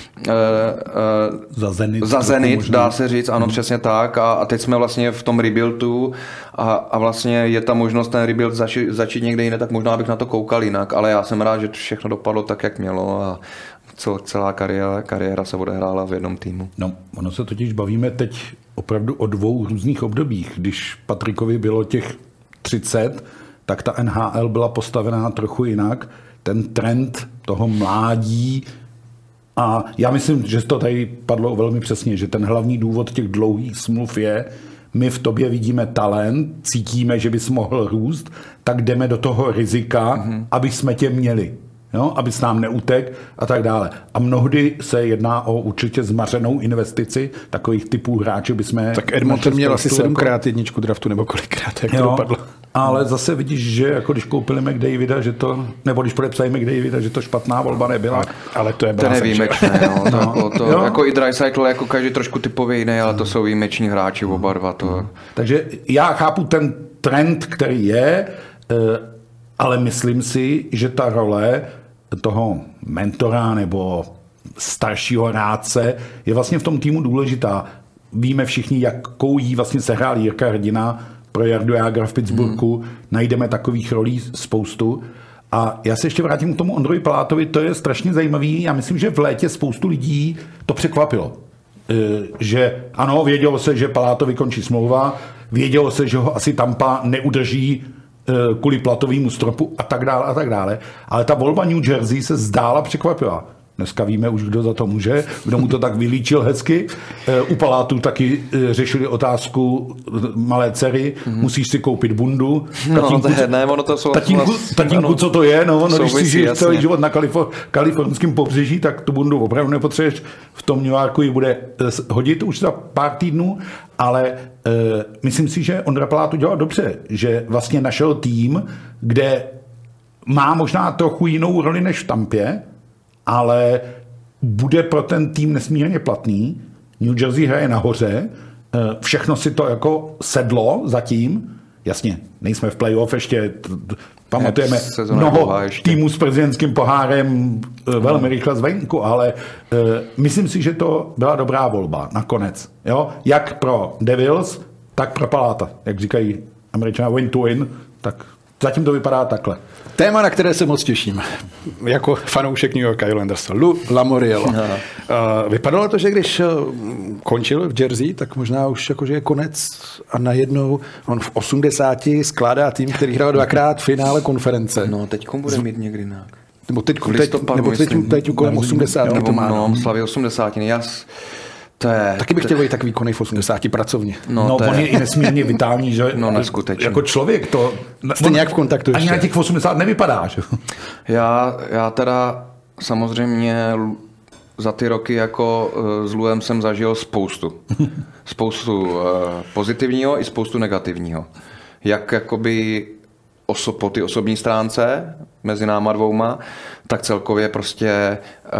uh, za Zenit, za Zenit dá se říct, ano, hmm. přesně tak. A, a teď jsme vlastně v tom rebuildu a, a vlastně je ta možnost ten rebuild zači, začít někde jiné, tak možná bych na to koukal jinak, ale já jsem rád, že všechno dopadlo tak, jak mělo, a celá kariéra, kariéra se odehrála v jednom týmu. No, ono se totiž bavíme teď opravdu o dvou různých obdobích. Když Patrikovi bylo těch třicet, tak ta N H L byla postavená trochu jinak. Ten trend toho mládí, a já myslím, že to tady padlo velmi přesně, že ten hlavní důvod těch dlouhých smluv je, my v tobě vidíme talent, cítíme, že bys mohl růst, tak jdeme do toho rizika, mm-hmm. aby jsme tě měli. No, aby s nám neutek a tak dále. A mnohdy se jedná o určitě zmařenou investici takových typů hráčů bychom... Tak Edmonton měl asi sedmkrát jedničku draftu, nebo kolikrát, jak jo, to dopadlo. Ale zase vidíš, že jako když koupili McDavida, že to, nebo když podepsali McDavida, že to špatná volba nebyla. Ale to je to nevýjimečné, no. To, no. To, to, jako i Draisaitl, jako každý trošku typově jiný, ale to jsou výjimeční hráči oba dva. To... Takže já chápu ten trend, který je, ale myslím si, že ta role toho mentora nebo staršího hráče, je vlastně v tom týmu důležitá. Víme všichni, jakou jí vlastně sehrál Jirka Hrdina pro Jardu Jágra v Pittsburghu. Hmm. Najdeme takových rolí spoustu. A já se ještě vrátím k tomu Ondrovi Palátovi, to je strašně zajímavý. Já myslím, že v létě spoustu lidí to překvapilo. Že ano, vědělo se, že Palátovi končí smlouva, vědělo se, že ho asi Tampa neudrží kvůli platovému stropu a tak dále a tak dále. Ale ta volba New Jersey se zdála překvapila. Dneska víme už, kdo za to může, kdo mu to tak vylíčil hezky. U Palátu taky řešili otázku malé dcery, mm-hmm. musíš si koupit bundu. Tatínku, no, to je, ne, ono to jsou tatínku, vlastně, tatínku ano, co to je? No, no když si žiješ celý život na Kalifor- kalifornském pobřeží, tak tu bundu opravdu nepotřebuješ. V tom New Yorku ji bude hodit už za pár týdnů, ale e, myslím si, že Ondra Palát udělal dobře, že vlastně našel tým, kde má možná trochu jinou roli než v Tampě, ale bude pro ten tým nesmírně platný. New Jersey hraje nahoře, všechno si to jako sedlo zatím. Jasně, nejsme v playoff ještě, pamatujeme mnoho týmů s prezidentským pohárem velmi rychle zvenku, ale myslím si, že to byla dobrá volba nakonec. Jo? Jak pro Devils, tak pro Paláta. Jak říkají Američané win to win, tak zatím to vypadá takhle. Téma, na které se moc těším, jako fanoušek New York Islanders, Lou Lamoriello. Uh, vypadalo to, že když končil v Jersey, tak možná už jakože je konec a najednou on v osmdesáti skládá tým, který hrál dvakrát v finále konference. No, teďkom bude mít někdy jinak. Nebo teď, teď, nebo teď, teď kolem osmdesáti to má. No, slaví osmdesátiny, jas. To je, taky bych chtěl být tak výkonný v osmdesáti pracovně. No, no on je i nesmírně vitální, že no, neskutečný. Jako člověk to... Jste nějak v kontaktu ještě. Ani na těch osmdesát nevypadá, že? Já, já teda samozřejmě za ty roky jako s Louem jsem zažil spoustu. Spoustu pozitivního i spoustu negativního. Jak jakoby oso, po ty osobní stránce mezi náma dvouma, tak celkově prostě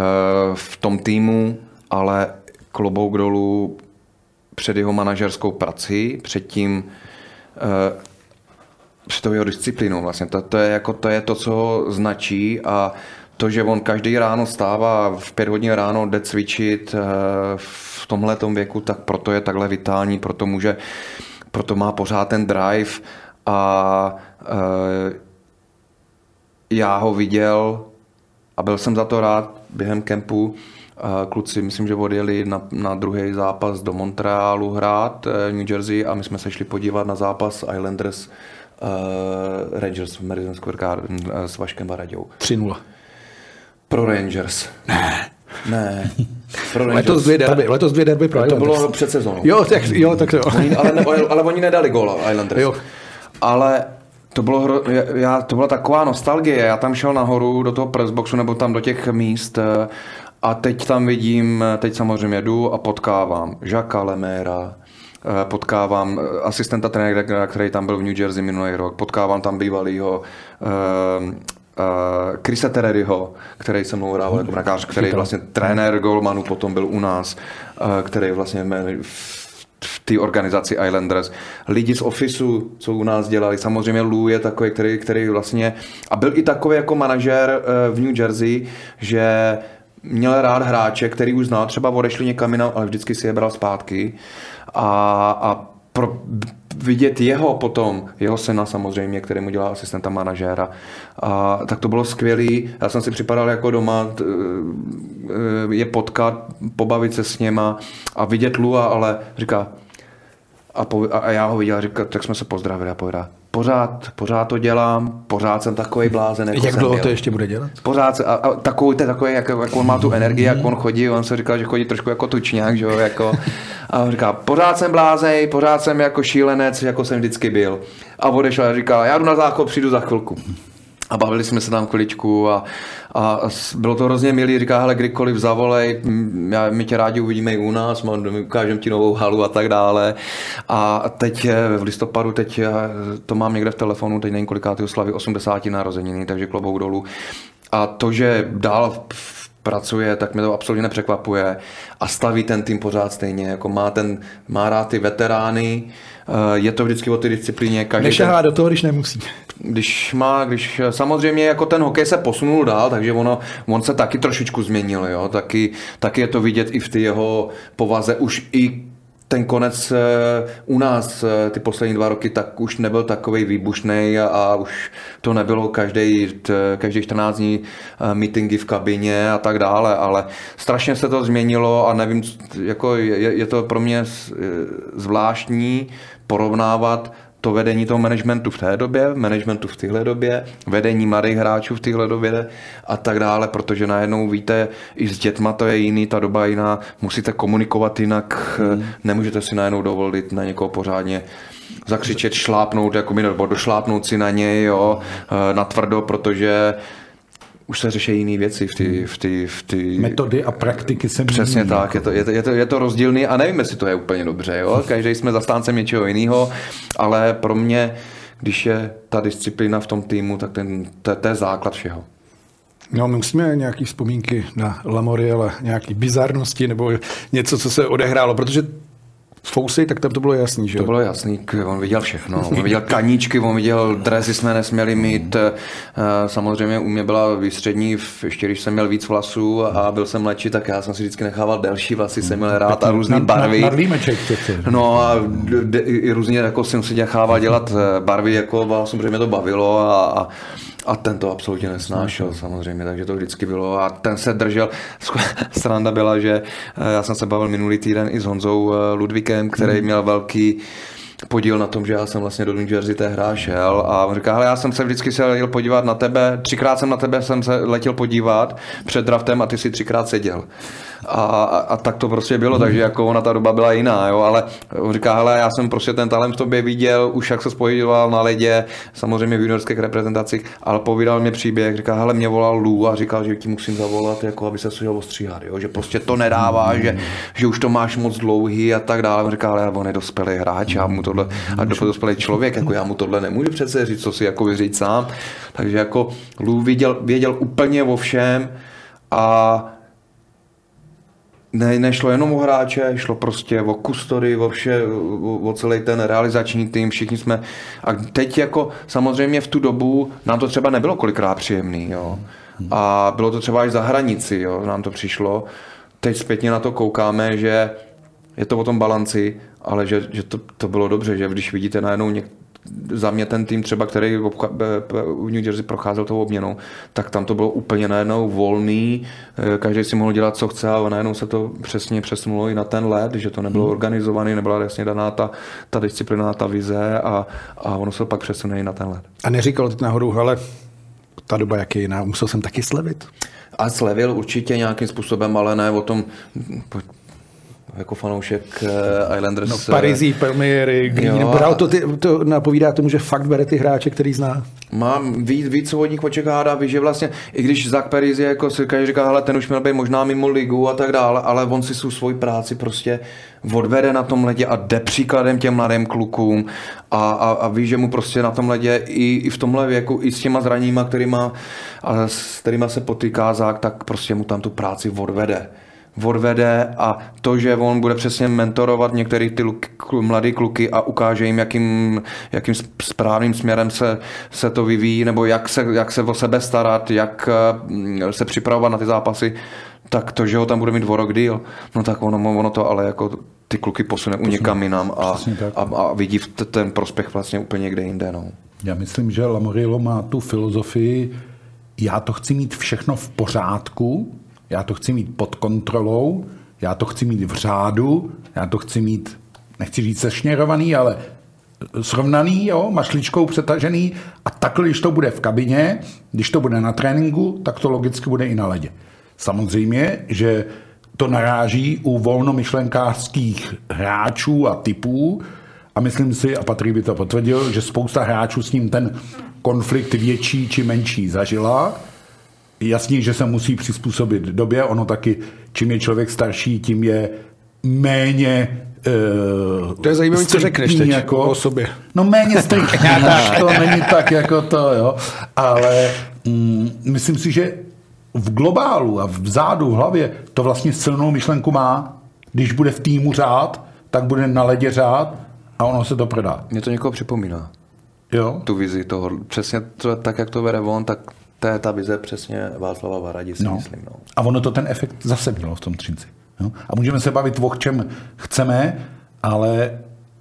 v tom týmu, ale klobouk dolů před jeho manažerskou prací, před tím, uh, před tou jeho disciplínou vlastně. To, to, je jako, to je to, co ho značí a to, že on každý ráno stává v pět hodin ráno, jde cvičit uh, v tomhletom věku, tak proto je takhle vitální, proto může, proto má pořád ten drive a uh, já ho viděl a byl jsem za to rád během kempu. Kluci, myslím, že odjeli na, na druhý zápas do Montrealu hrát, New Jersey, a my jsme se šli podívat na zápas Islanders uh, Rangers v Madison Square Garden uh, s Vaškem Baraďou. tři nula. Pro Rangers. Ne. Ne. Pro Rangers. Letos dvě derby, letos dvě derby pro to Islanders. bylo před sezónou. Jo, tak jo, tak jo. Oni, ale, ne, ale oni nedali gól Islanders. Jo. Ale to bylo, hro, já, to byla taková nostalgie. Já tam šel nahoru do toho pressboxu nebo tam do těch míst a teď tam vidím, teď samozřejmě jdu a potkávám Jacquesa Lemaira, potkávám asistenta trenéra, který tam byl v New Jersey minulý rok, potkávám tam bývalýho uh, uh, Chrisa Terryho, který se mnou hrával jako brakář, který vlastně trenér golmanů potom byl u nás, uh, který vlastně v té organizaci Islanders. Lidi z Officeu, co u nás dělali, samozřejmě Lou je takový, který, který vlastně, a byl i takový jako manažer uh, v New Jersey, že měl rád hráče, který už znal, třeba odešli někam jinam, ale vždycky si je bral zpátky. A, a pro, vidět jeho potom, jeho syna samozřejmě, který mu dělá asistenta manažéra, a, tak to bylo skvělý. Já jsem si připadal jako doma t, je potkat, pobavit se s něma a vidět Lua, ale říká, a, po, a já ho viděl a říkal, tak jsme se pozdravili a povedal, pořád, pořád to dělám, pořád jsem takový blázen, jako jak jsem dlouho byl. To ještě bude dělat? Pořád a, a takový, takový jak, jak on má tu energii, jak on chodí, on se říkal, že chodí trošku jako tučňák, že jo, jako, a on říká, pořád jsem blázej, pořád jsem jako šílenec, jako jsem vždycky byl. A odešel a říkal, já jdu na záchod, přijdu za chvilku. A bavili jsme se tam chviličku a, a bylo to hrozně milý, říká, hele, kdykoliv zavolej, my tě rádi uvidíme i u nás, my ukážeme ti novou halu a tak dále. A teď v listopadu, teď to mám někde v telefonu, teď nevím kolikátýho slavy, osmdesát narozeniny, takže klobouk dolů. A to, že dál pracuje, tak mě to absolutně nepřekvapuje a staví ten tým pořád stejně, jako má, ten, má rád ty veterány, je to vždycky o té disciplíně. Nešahá do toho, když nemusí. Když má, když samozřejmě jako ten hokej se posunul dál, takže ono, on se taky trošičku změnil, jo? Taky, taky je to vidět i v té jeho povaze, už i ten konec u nás ty poslední dva roky tak už nebyl takovej výbušnej a, a už to nebylo každý, každý čtrnáct dní meetingy v kabině a tak dále, ale strašně se to změnilo a nevím, jako je, je to pro mě zvláštní porovnávat to vedení toho managementu v té době, managementu v téhle době, vedení mladých hráčů v téhle době a tak dále, protože najednou víte, i s dětma to je jiný, ta doba jiná, musíte komunikovat jinak, hmm. nemůžete si najednou dovolit na někoho pořádně zakřičet, šlápnout, jako mi, nebo došlápnout si na něj, jo, natvrdo, protože už se řeší jiné věci v ty, v ty, v ty... Metody a praktiky se mění. Přesně tak, je to, je, to, je, to, je to rozdílný a nevím, jestli to je úplně dobře, jo? Každý jsme zastáncem něčeho jiného, ale pro mě, když je ta disciplína v tom týmu, tak ten, to, to je základ všeho. No, my musíme nějaký vzpomínky na Lamoriela, nějaký bizarnosti nebo něco, co se odehrálo, protože Fousy, tak tam to bylo jasný, že? To bylo jasný, on viděl všechno. On viděl kaníčky, on viděl dresy, jsme nesměli mít. Samozřejmě u mě byla výstřední, ještě když jsem měl víc vlasů a byl jsem mladší, tak já jsem si vždycky nechával delší vlasy, jsem měl rád a různý barvy. Na, nadlímeček no a i různě jako jsem si nechával dělat barvy, jako samozřejmě mě to bavilo a, a A ten to absolutně nesnášel samozřejmě, takže to vždycky bylo a ten se držel. Sranda byla, že já jsem se bavil minulý týden i s Honzou Ludvíkem, který měl velký podíl na tom, že já jsem vlastně do New Jersey té hra šel a on říká, hele, já jsem se vždycky se letěl podívat na tebe, třikrát jsem na tebe jsem se letěl podívat před draftem a ty si třikrát seděl. A, a, a tak to prostě bylo, takže jako ona ta doba byla jiná, jo, ale on říká, hele, já jsem prostě ten talent v tobě viděl, už jak se spojoval na ledě, samozřejmě v juniorských reprezentacích, ale povídal mě příběh, říká, hele, mě volal Lou a říkal, že ti musím zavolat, jako aby se šel ostříhat, jo, že prostě to nedává, že, že už to máš moc dlouhý a tak dále. On říká, ale on je dospělý hráč, já mu tohle, a dospělý člověk, jako já mu tohle nemůžu přece říct, co si jako vyříct sám. Takže jako Lou věděl, věděl úplně o všem a Ne, nešlo jenom o hráče, šlo prostě o kustory, o vše, o, o celý ten realizační tým, všichni jsme. A teď jako samozřejmě v tu dobu nám to třeba nebylo kolikrát příjemný, jo. A bylo to třeba až za hranici, jo, nám to přišlo. Teď zpětně na to koukáme, že je to o tom balanci, ale že, že to, to bylo dobře, že když vidíte najednou něk- za mě ten tým třeba, který v New Jersey procházel tou obměnou, tak tam to bylo úplně najednou volný, každý si mohl dělat, co chce, ale najednou se to přesně přesunulo i na ten led, že to nebylo organizovaný, nebyla jasně daná ta, ta disciplina, ta vize a, a ono se pak přesune i na ten led. A neříkal teď náhodou, hele, ta doba jak je jiná, musel jsem taky slevit? A slevil určitě nějakým způsobem, ale ne o tom... jako fanoušek Islanders. No Parizí, Palmieri, Greenbrough, to, to napovídá tomu, že fakt bere ty hráče, který zná. Mám víc, víc od nich očekává, víš, že vlastně, i když Zach Parise jako si říká, hele, ten už měl být možná mimo ligu a tak dále, ale on si svou svoji práci prostě odvede na tom ledě a jde příkladem těm mladým klukům a, a, a ví, že mu prostě na tom ledě i, i v tomhle věku, i s těma zraníma, kterýma, a s kterýma se potýká Zach, tak prostě mu tam tu práci odvede. odvede a to, že on bude přesně mentorovat některý ty luky, mladý kluky a ukáže jim, jakým, jakým správným směrem se, se to vyvíjí, nebo jak se, jak se o sebe starat, jak se připravovat na ty zápasy, tak to, že ho tam bude mít o rok díl, no tak ono, ono to ale jako ty kluky posune u někam jinam a, a, a vidí ten prospěch vlastně úplně někde jinde. No. Já myslím, že Lamoriello má tu filozofii, já to chci mít všechno v pořádku, já to chci mít pod kontrolou, já to chci mít v řádu, já to chci mít, nechci říct sešněrovaný, ale srovnaný, jo, mašličkou přetažený a takhle, když to bude v kabině, když to bude na tréninku, tak to logicky bude i na ledě. Samozřejmě, že to naráží u volnomyšlenkářských hráčů a typů a myslím si, a Patrik by to potvrdil, že spousta hráčů s ním ten konflikt větší či menší zažila. Jasně, že se musí přizpůsobit době, ono taky, čím je člověk starší, tím je méně uh, to je zajímavé, co řekneš teď jako, o sobě. No méně striktní, to není tak jako to, jo. Ale mm, myslím si, že v globálu a v zádu, v hlavě to vlastně silnou myšlenku má. Když bude v týmu řád, tak bude na ledě řád a ono se to prodá. Mě to někoho připomíná. Jo? Tu vizi toho. Přesně to, tak, jak to bere on, tak to je ta vize přesně Václava Varadi, si no. myslím. No. A ono to ten efekt zase mělo v tom Třinci. Jo? A můžeme se bavit o čem chceme, ale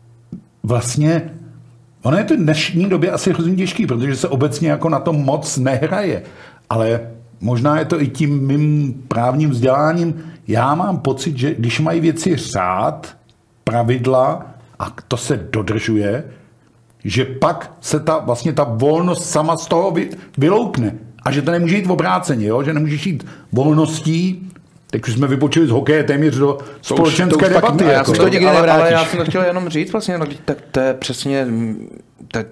vlastně ono je to v dnešní době asi hrozně těžký, protože se obecně jako na tom moc nehraje. Ale možná je to i tím mým právním vzděláním. Já mám pocit, že když mají věci řád, pravidla a to se dodržuje, že pak se ta, vlastně ta volnost sama z toho vy, vyloupne. A že to nemůže jít v obráceně, jo? Že nemůžeš jít volností. Teď už jsme vypočuli z hokeje téměř do společenské to debaty. Já jako, to nikdy ale, ale já jsem to chtěl jenom říct vlastně, no, tak to je přesně tak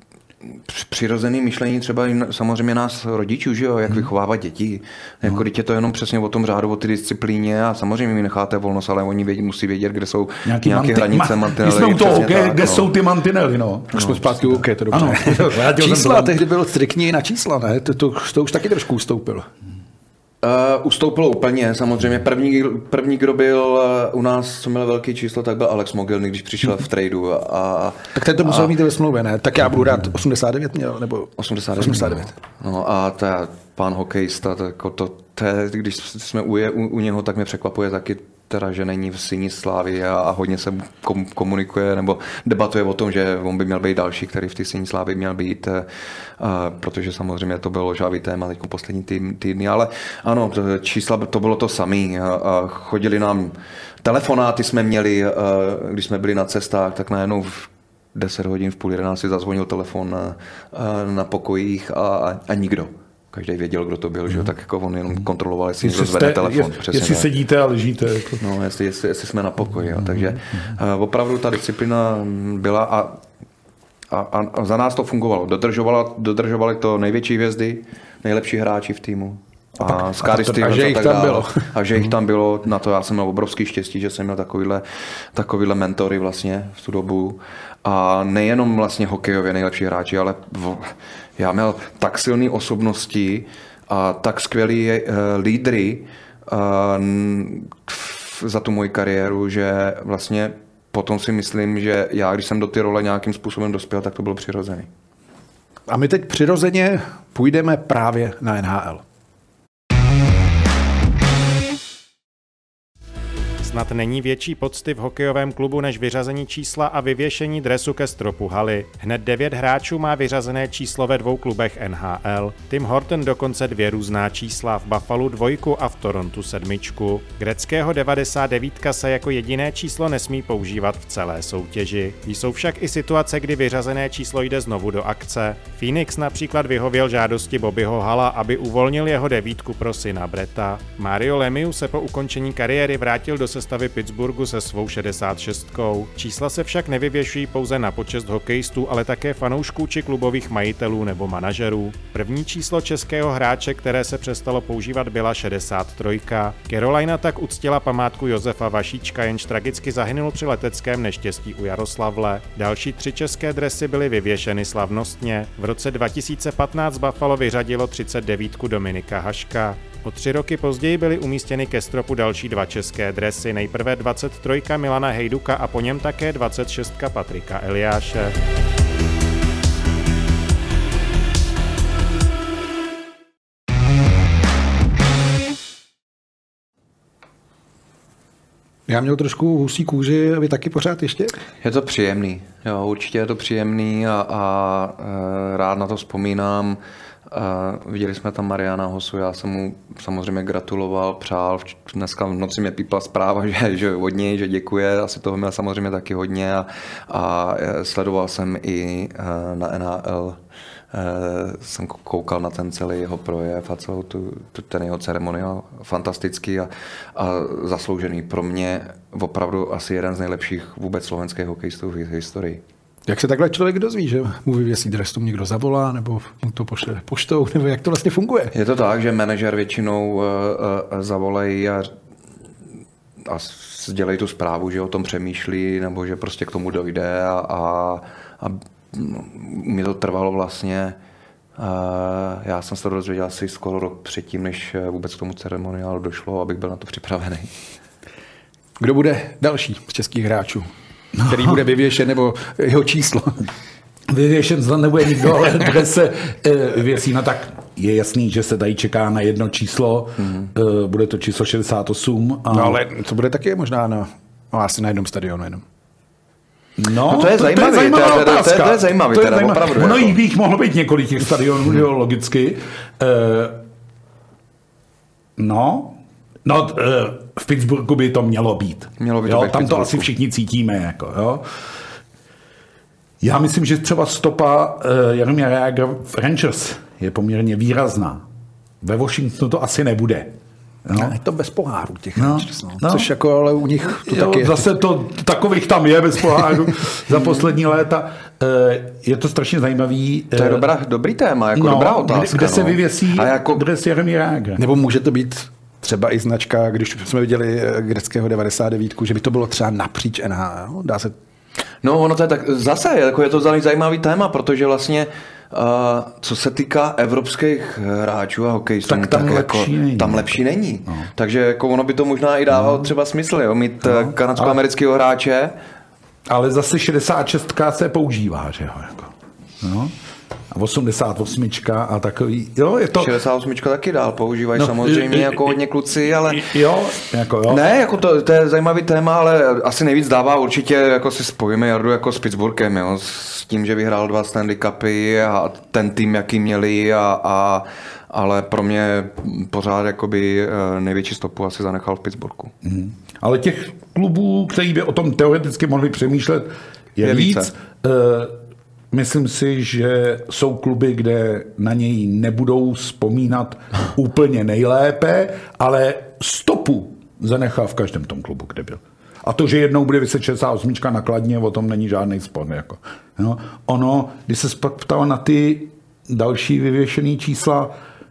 přirozený myšlení třeba samozřejmě nás rodičů, že jo, jak hmm. vychovávat děti. Jako hmm. je to jenom přesně o tom řádu, o ty disciplíně a samozřejmě mi necháte volnost, ale oni vědí, musí vědět, kde jsou nějaké manti- ma- hranice, mantinely. My jsme u toho hokeje, kde no. jsou ty mantinely, no. Už jsme zpátky u hokeje, to dobře. Ano. Čísla, tehdy byl striktní na čísla, ne? To, to, to už taky trošku ustoupil. Uh, ustoupilo úplně, samozřejmě. První, první, kdo byl uh, u nás, co měl velký číslo, tak byl Alex Mogilny, když přišel v tradu. A, tak ten to musel a, mít ve smlouvě, ne? Tak já budu rád osmdesát devět měl, nebo osmdesát devět. osmdesát devět. No, no a ta, pán hokejista, to, to, to, to, když jsme u, je, u, u něho, tak mě překvapuje taky teda, že není v síni slávy a, a hodně se kom, komunikuje nebo debatuje o tom, že on by měl být další, který v té síni slávy měl být, a, protože samozřejmě to bylo žávý téma teď poslední tý, týdny, ale ano, to, čísla, to bylo to samé. A, a chodili nám, telefonáty jsme měli, a, když jsme byli na cestách, tak najednou v deset hodin v půl jedenácti zazvonil telefon na, a, na pokojích a, a, a nikdo. Každý věděl, kdo to byl, že? Tak jako on jenom kontroloval, jestli někdo zvedne telefon. Je, jestli sedíte a ležíte. Jako. No, jestli, jestli, jestli jsme na pokoji. Jo. Takže uh, opravdu ta disciplína byla a, a, a za nás to fungovalo. Dodržovali to největší hvězdy, nejlepší hráči v týmu. A, a, Scotty Stevens a že jich tam bylo. A že jich tam bylo, na to já jsem měl obrovský štěstí, že jsem měl takovýhle, takovýhle mentory vlastně v tu dobu. A nejenom vlastně hokejově nejlepší hráči, ale v, já měl tak silné osobnosti a tak skvělý uh, lídry uh, za tu moji kariéru, že vlastně potom si myslím, že já, když jsem do ty role nějakým způsobem dospěl, tak to bylo přirozený. A my teď přirozeně půjdeme právě na N H L. Snad není větší pocty v hokejovém klubu než vyřazení čísla a vyvěšení dresu ke stropu haly. Hned devět hráčů má vyřazené číslo ve dvou klubech N H L. Tim Horton dokonce dvě různá čísla, v Buffalu dvojku a v Torontu sedmičku. Greckého devadesát devět se jako jediné číslo nesmí používat v celé soutěži. Jsou však i situace, kdy vyřazené číslo jde znovu do akce. Phoenix například vyhověl žádosti Bobbyho Hala, aby uvolnil jeho devítku pro syna Bretta. Mario Lemieux se po ukončení kariéry vrátil do sestavy Pittsburghu se svou šedesát šestkou. Čísla se však nevyvěšují pouze na počest hokejistů, ale také fanoušků či klubových majitelů nebo manažerů. První číslo českého hráče, které se přestalo používat, byla šedesát tři. Carolina tak uctila památku Josefa Vašíčka, jenž tragicky zahynul při leteckém neštěstí u Jaroslavle. Další tři české dresy byly vyvěšeny slavnostně. V roce dva tisíce patnáct Buffalo vyřadilo třicet devět Dominika Haška. O tři roky později byly umístěny ke stropu další dva české dresy, nejprve dvacet tři Milana Hejduka a po něm také dvacet šest Patrika Eliáše. Já měl trošku husí kůži, vy taky pořád ještě? Je to příjemný, jo, určitě je to příjemný a, a e, rád na to vzpomínám. Uh, viděli jsme tam Mariana Hosu, já jsem mu samozřejmě gratuloval, přál. Dneska v noci mě pípla zpráva, že, že od něj, že děkuje, asi toho měl samozřejmě taky hodně a, a sledoval jsem i uh, na N H L. Uh, jsem koukal na ten celý jeho projev a celou tu, tu, ten jeho ceremoniál fantastický a, a zasloužený. Pro mě opravdu asi jeden z nejlepších vůbec slovenských hokejistů v historii. Jak se takhle člověk dozví, že mu vyvěsí dres, tomu někdo zavolá, nebo mu to pošle poštou, nebo jak to vlastně funguje? Je to tak, že manažer většinou uh, uh, zavolají a, a sdělej tu zprávu, že o tom přemýšlí, nebo že prostě k tomu dojde a, a, a mě to trvalo vlastně. Uh, já jsem se to dozvěděl asi skoro rok předtím, než vůbec k tomu ceremoniálu došlo, abych byl na to připravený. Kdo bude další z českých hráčů? který bude vyvěšen, nebo jeho číslo. Vyvěšen to nebude nikdo, ale dres se vyvěsí. No tak je jasný, že se tady čeká na jedno číslo, mm-hmm. bude to číslo šedesát osm. A... No ale to bude taky možná na, no, asi na jednom stadionu jenom. No, no to je zajímavý, to, to je zajímavá otázka. To je, to je zajímavý, to je teda, zajímavý. Opravdu. Ono jako. jich bych mohlo být několik těch stadionů, jo, logicky. Uh, no, no uh, v Pittsburghu by to mělo být. Mělo by to jo, být tam to asi všichni cítíme. Jako, jo. Já myslím, že třeba stopa uh, Jaromíra Jágra v Rangers je poměrně výrazná. Ve Washingtonu to asi nebude. No. Je to bez poháru těch no, Rangers, no. No. Což jako, ale u nich to jo, taky je. Zase to, takových tam je bez poháru za poslední léta. Je to strašně zajímavý. To je dobrá, dobrý téma, jako no, dobrá otázka. Kde, kde se vyvěsí a jako... dres Jaromíra Jágra. Nebo může to být třeba i značka, když jsme viděli greckého devadesát devět, že by to bylo třeba napříč N H L. Dá se... No ono to je tak, zase jako je to zajímavý téma, protože vlastně Uh, co se týká evropských hráčů a hokejistů, tak tam, tak lepší, jako, není. tam lepší není. No. Takže jako ono by to možná i dávalo no. třeba smysl, jo? Mít no. kanadsko-amerického hráče. Ale zase šedesát šest se používá, že jo? Jako. No. A osmdesát osm a takový, jo, je to... šedesát osm taky dál používají no, samozřejmě i, jako hodně kluci, ale... Jo, jako jo. Ne, jako to, to je zajímavý téma, ale asi nejvíc dává určitě, jako si spojíme Jardu jako s Pittsburghem, jo, s tím, že vyhrál dva Stanley Cupy a ten tým, jaký měli a, a ale pro mě pořád jakoby největší stopu asi zanechal v Pittsburghu. Hmm. Ale těch klubů, který by o tom teoreticky mohli přemýšlet, je, je víc. více. Uh, Myslím si, že jsou kluby, kde na něj nebudou vzpomínat úplně nejlépe, ale stopu zanechá v každém tom klubu, kde byl. A to, že jednou bude vyset šedesát osm na Kladně, o tom není žádný spor. Jako. No, ono, když se ptal na ty další vyvěšené čísla,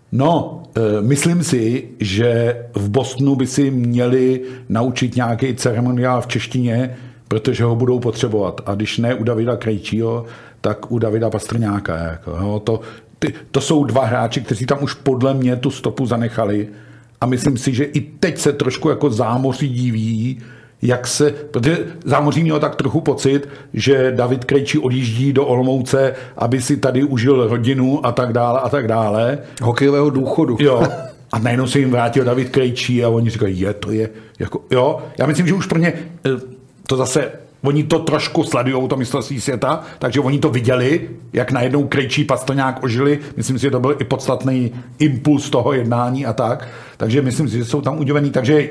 no, e, myslím si, že v Bostonu by si měli naučit nějaký ceremoniál v češtině, protože ho budou potřebovat. A když ne u Davida Krejčího, tak u Davida Pastrňáka. Jako, jo, to, ty, to jsou dva hráči, kteří tam už podle mě tu stopu zanechali a myslím si, že i teď se trošku jako zámoří diví, jak se, protože zámoří mělo tak trochu pocit, že David Krejčí odjíždí do Olomouce, aby si tady užil rodinu a tak dále a tak dále. Hokejového důchodu. Jo. A najednou se jim vrátil David Krejčí a oni říkají, je, to je, jako, jo. Já myslím, že už pro ně to zase oni to trošku sledujou, to mistrovství světa, takže oni to viděli, jak najednou Krejčí, Pastrňák ožili. Myslím si, že to byl i podstatný impuls toho jednání a tak. Takže myslím si, že jsou tam udivení. Takže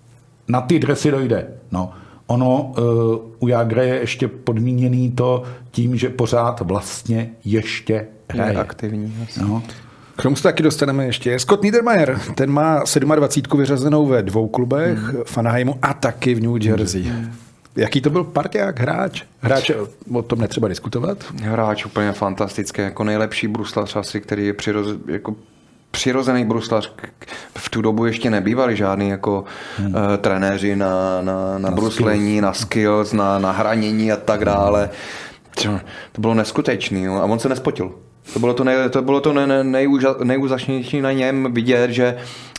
na ty dresy dojde. No. Ono uh, u Jágra je ještě podmíněný to tím, že pořád vlastně ještě hraje. Je aktivní. No. K tomu se taky dostaneme ještě. Scott Niedermayer, ten má dvacet sedm vyřazenou ve dvou klubech, hmm. v Anaheimu a taky v New Jersey. Hmm. Jaký to byl parťák, hráč? Hráč, o tom netřeba diskutovat. Hráč úplně fantastický, jako nejlepší bruslař asi, který je přiroz, jako přirozený bruslař. V tu dobu ještě nebývali žádný jako hmm. uh, trenéři na, na, na, na bruslení, skills. na skills, na, na hranění a tak dále. To bylo neskutečný, jo? A on se nespotil. To bylo to, nej, to, bylo to nej, nej, nejúža, nejúžasnější na něm vidět, že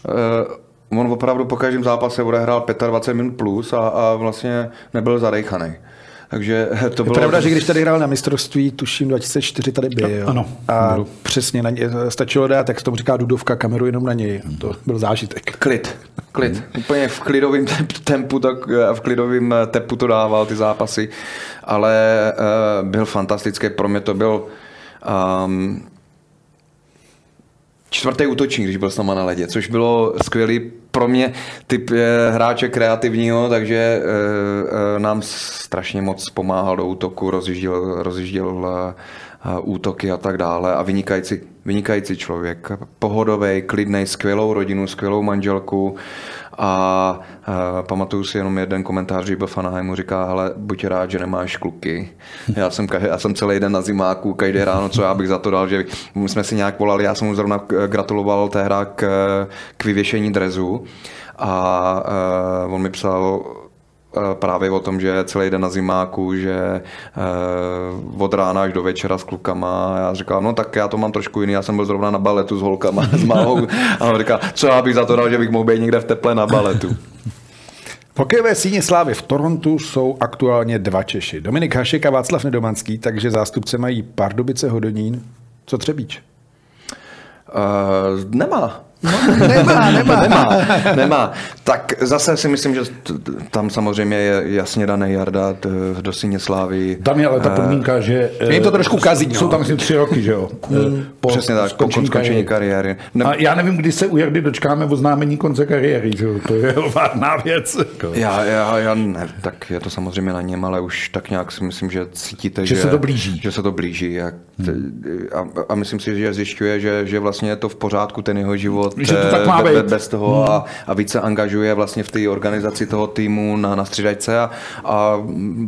uh, on opravdu po každém zápase odehrál dvacet pět minut plus a, a vlastně nebyl zadejchaný. Takže to bylo... Je pravda, že když tady hrál na mistrovství, tuším dva tisíce čtyři tady byl. Ano. A ano. Přesně, na ně, stačilo dát, jak se tomu říká Dudovka, kameru jenom na něj. To byl zážitek. Klid. Klid. Hmm. Úplně v klidovém tempu, tak v klidovém tepu to dával ty zápasy. Ale uh, byl fantastický. Pro mě to byl um, čtvrtý útočník, když byl s náma na ledě, což bylo skvělý pro mě typ hráče kreativního, takže e, e, nám strašně moc pomáhal do útoku, rozjížděl, rozjížděl e, útoky a tak dále a vynikající, vynikající člověk, pohodový, klidnej, skvělou rodinu, skvělou manželku a e, pamatuju si jenom jeden komentář, že byl v Anaheimu, říká, hele, buď rád, že nemáš kluky. Já jsem, já jsem celý den na zimáku, každý ráno, co já bych za to dal, že my jsme si nějak volali, já jsem mu zrovna gratuloval té hra k, k vyvěšení drezu a e, on mi psal právě o tom, že celý den na zimáku, že eh, od rána až do večera s klukama. A já říkal, no tak já to mám trošku jiný, já jsem byl zrovna na baletu s holkama, s malou. A on říkal, co já bych za to dal, že bych mohl být někde v teple na baletu. Hokejové síně slávy v Torontu jsou aktuálně dva Češi. Dominik Hašek a Václav Nedomanský, takže zástupce mají Pardubice, Hodonín. Co Třebíč? Uh, nemá. No, nemá, nemá. nemá, nemá. Tak zase si myslím, že tam samozřejmě je jasně daný Jarda do síně slávy. Tam je ale ta podmínka, že... Jim to trošku kazí. Jsou tam asi tři roky, že jo? Hmm. Po Přesně tak, po skončení kariéry. Ne... A já nevím, kdy se u Jardy dočkáme oznámení konce kariéry, že jo? To je vážná věc. Já, já, já ne, tak je to samozřejmě na něm, ale už tak nějak si myslím, že cítíte, že, že se to blíží. Že se to blíží. A, a, a myslím si, že zjišťuje, že, že vlastně je to v pořádku, ten jeho život. Že to tak má be, bez toho hmm. a, a více angažuje vlastně v té organizaci toho týmu na, na střídačce a, a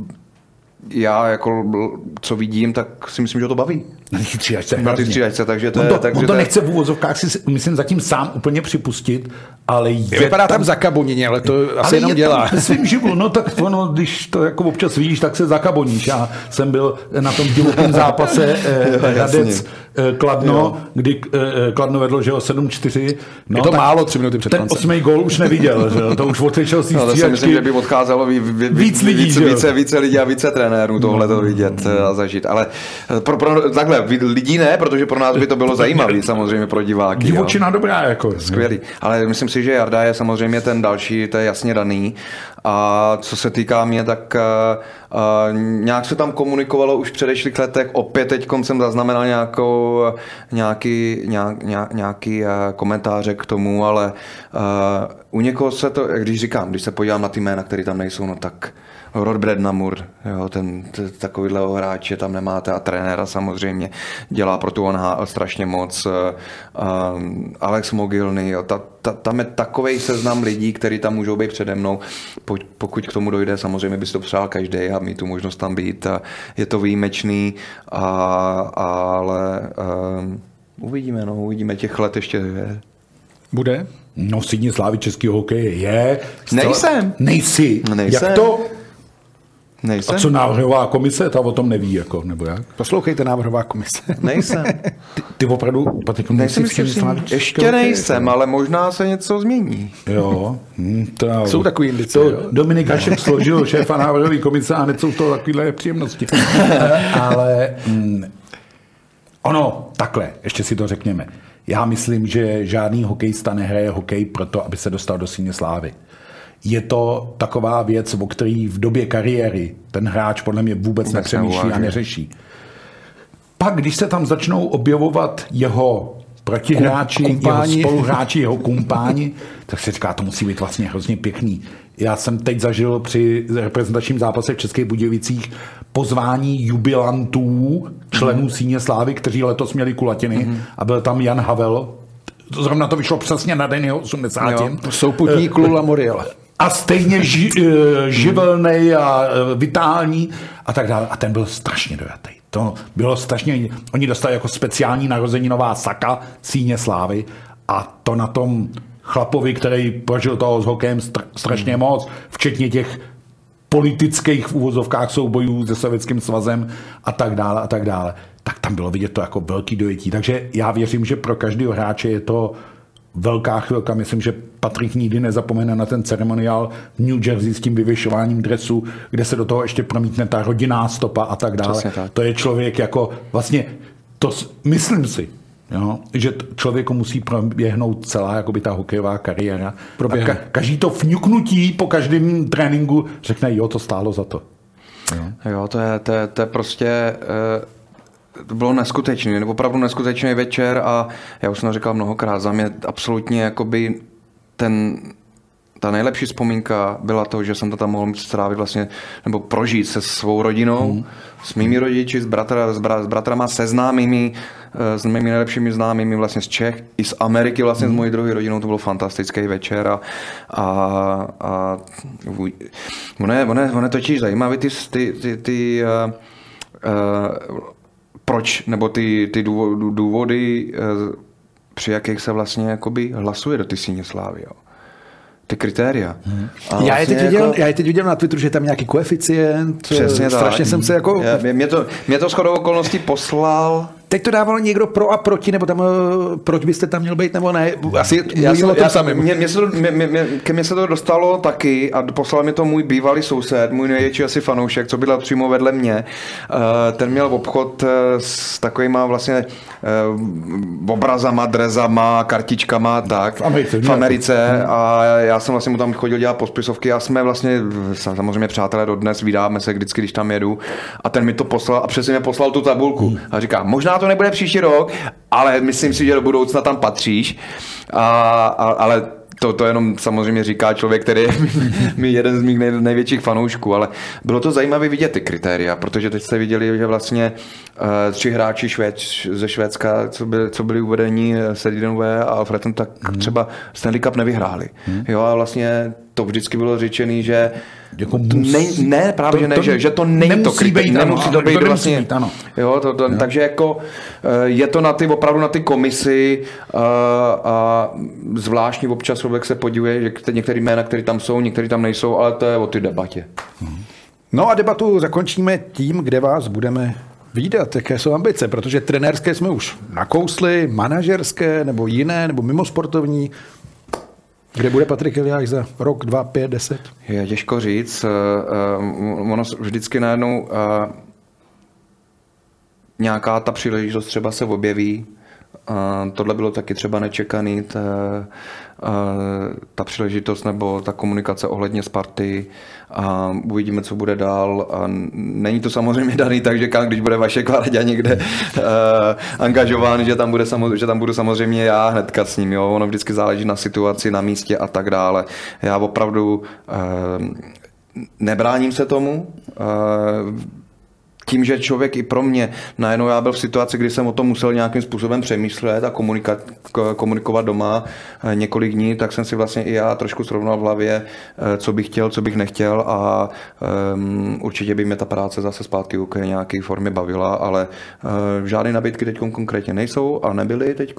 já jako co vidím, tak si myslím, že to baví. Na těch střídačce. Na těch střídačce, takže to on je... To, takže on to je... nechce v úvozovkách si, myslím, zatím sám úplně připustit, ale je vypadá tam zakabonině, ale to ale asi jenom dělá. Svým živu, no tak ono, když to jako občas vidíš, tak se zakaboníš. Já jsem byl na tom divokém zápase eh, Hradec eh, Kladno, jo. kdy eh, Kladno vedlo, že o sedm čtyři. No, je to málo, tři minuty před ten koncem. osmý gól už neviděl, že to už odešel si no, střídačky. Myslím, že by odcházelo ví, ví, víc lidí, více, více, více lidí a více trenérů tohle to vidět no, a zažít. Ale pro, pro, takhle, lidí ne, protože pro nás by to bylo zajímavé, samozřejmě pro diváky. Divočina dobrá, jako. Skvělý. Ale myslím si, že Jarda je samozřejmě ten další, to je jasně daný. A co se týká mě, tak uh, uh, nějak se tam komunikovalo už v předešlých letech. Opět teď jsem zaznamenal nějakou, nějaký, nějak, nějaký uh, komentáře k tomu, ale uh, u někoho se to, když říkám, když se podívám na ty jména, které tam nejsou, no tak Rod Bradnamur, jo, ten, ten takovýhle hráče tam nemáte a trenéra samozřejmě dělá pro tu N H L strašně moc. Um, Alex Mogilny, jo, ta, ta, tam je takovej seznam lidí, kteří tam můžou být přede mnou. Po, pokud k tomu dojde, samozřejmě by si to přál každý a mít tu možnost tam být. A je to výjimečný, a, ale um, uvidíme, no, uvidíme, těch let ještě je. Bude? No, sídně slávy českého hokeje je. Stala... Nejsem. Nejsi. Nejsem. Jak to? Nejsem. A co návrhová komise, ta o tom neví, jako, nebo jak? Poslouchejte návrhová komise. Nejsem. Ty, ty opravdu, Patrik, nejsi v sídně slávy ještě nejsem, hokeje, ale možná se něco změní. Jo. Hm, to, jsou takový indice. Dominik Hašek složil šéfa návrhové komise a nejsou to takovýhle příjemnosti. Ale hm, ono, takhle, ještě si to řekněme. Já myslím, že žádný hokejista nehraje hokej proto, aby se dostal do síně slávy. Je to taková věc, o který v době kariéry ten hráč podle mě vůbec nepřemýšlí a neřeší. Pak, když se tam začnou objevovat jeho protihráči, jeho spoluhráči, jeho kumpáni, tak se říká, to musí být vlastně hrozně pěkný. Já jsem teď zažil při reprezentačním zápase v Českých Budějovicích pozvání jubilantů, členů mm. síně slávy, kteří letos měli kulatiny, mm. a byl tam Jan Havel. Zrovna to vyšlo přesně na den jeho osmdesátým. Souputník Lula Moriela. A stejně ži, živelnej a vitální a tak dále. A ten byl strašně dojatý. To bylo strašně... Oni dostali jako speciální narozeninová saka síně slávy a to na tom chlapovi, který prožil toho s hokejem strašně hmm. moc, včetně těch politických v úvozovkách soubojů se Sovětským svazem a tak dále a tak dále. Tak tam bylo vidět to jako velký dojetí. Takže já věřím, že pro každého hráče je to velká chvilka. Myslím, že Patrik nikdy nezapomene na ten ceremoniál v New Jersey s tím vyvěšováním dresu, kde se do toho ještě promítne ta rodinná stopa a tak dále. Tak. To je člověk jako vlastně, to myslím si, jo, že člověku musí proběhnout celá jakoby ta hokejová kariéra. A ka- každý to vňuknutí po každém tréninku řekne, jo, to stálo za to. Jo, jo to, je, to, je, to je prostě... Uh... To bylo neskutečný, opravdu neskutečný večer a já už jsem to říkal mnohokrát, za mě absolutně jakoby ten, ta nejlepší vzpomínka byla to, že jsem to tam mohl strávit vlastně, nebo prožít se svou rodinou, mm. s mými rodiči, s, bratra, s, bra, s bratrama, se známými, s mými nejlepšími známými vlastně z Čech, i z Ameriky vlastně mm. s mojí druhou rodinou, to byl fantastický večer a, a, a ono je, ono je, ono je totiž zajímavý ty, ty, ty, ty uh, uh, proč, nebo ty, ty důvody, při jakých se vlastně jakoby hlasuje do ty síně slávy. Jo. Ty kritéria. Hmm. Vlastně já, je teď viděl, jako... já je teď viděl na Twitteru, že je tam nějaký koeficient. Přesně strašně tak. jsem se jako... Mě to, mě to shodou okolností poslal teď to dával někdo pro a proti, nebo tam, proč byste tam měl být, nebo ne? Asi já jsem, o tom já, samém. Mě, mě se to, mě, mě, ke mně se to dostalo taky a poslal mi to můj bývalý soused, můj největší asi fanoušek, co bydlel přímo vedle mě. Ten měl obchod s takovýma vlastně obrazama, drezama, kartičkama, tak. V Americe. V Americe a já jsem vlastně mu tam chodil dělat podpisovky a jsme vlastně samozřejmě přátelé dodnes, vydáme se vždycky, když tam jedu a ten mi to poslal a přesně mi poslal tu tabulku hmm. a říká, možná to nebude příští rok, ale myslím si, že do budoucna tam patříš, a, a, ale to, to jenom samozřejmě říká člověk, který je mi jeden z mých nej, největších fanoušků, ale bylo to zajímavé vidět ty kritéria, protože teď jste viděli, že vlastně uh, tři hráči Švéd, ze Švédska, co, by, co byli uvedení, Sedinové a Alfredson, tak hmm. třeba Stanley Cup nevyhráli. Hmm. Jo, a vlastně to vždycky bylo řečený, že jako ne, ne, právě, to, že ne, to že, že to není to kritéria, nemusí to být vlastně. Být, ano. Jo, to, to, jo. Takže jako je to na ty, opravdu na ty komisi a, a zvláštní občas člověk se podívuje, že některé jména, které tam jsou, některé tam nejsou, ale to je o ty debatě. No a debatu zakončíme tím, kde vás budeme vidět, jaké jsou ambice, protože trenérské jsme už nakousli, manažerské nebo jiné, nebo mimosportovní. Kde bude Patrik Eliáš za rok, dva, pět, deset? Je těžko říct. Uh, ono vždycky najednou uh, nějaká ta příležitost třeba se objeví. Uh, tohle bylo taky třeba nečekaný. Ta, uh, ta příležitost nebo ta komunikace ohledně Sparty. A uvidíme, co bude dál. A není to samozřejmě daný tak, že když bude Vašek Váďa někde uh, angažován, že tam, bude samo, že tam budu samozřejmě já hnedka s ním. Jo? Ono vždycky záleží na situaci, na místě a tak dále. Já opravdu uh, nebráním se tomu. Uh, Tím, že člověk i pro mě, najednou já byl v situaci, kdy jsem o tom musel nějakým způsobem přemýšlet a komunikovat, komunikovat doma několik dní, tak jsem si vlastně i já trošku srovnal v hlavě, co bych chtěl, co bych nechtěl a um, určitě by mě ta práce zase zpátky v nějaké formě bavila, ale uh, žádné nabídky teď konkrétně nejsou a nebyly teď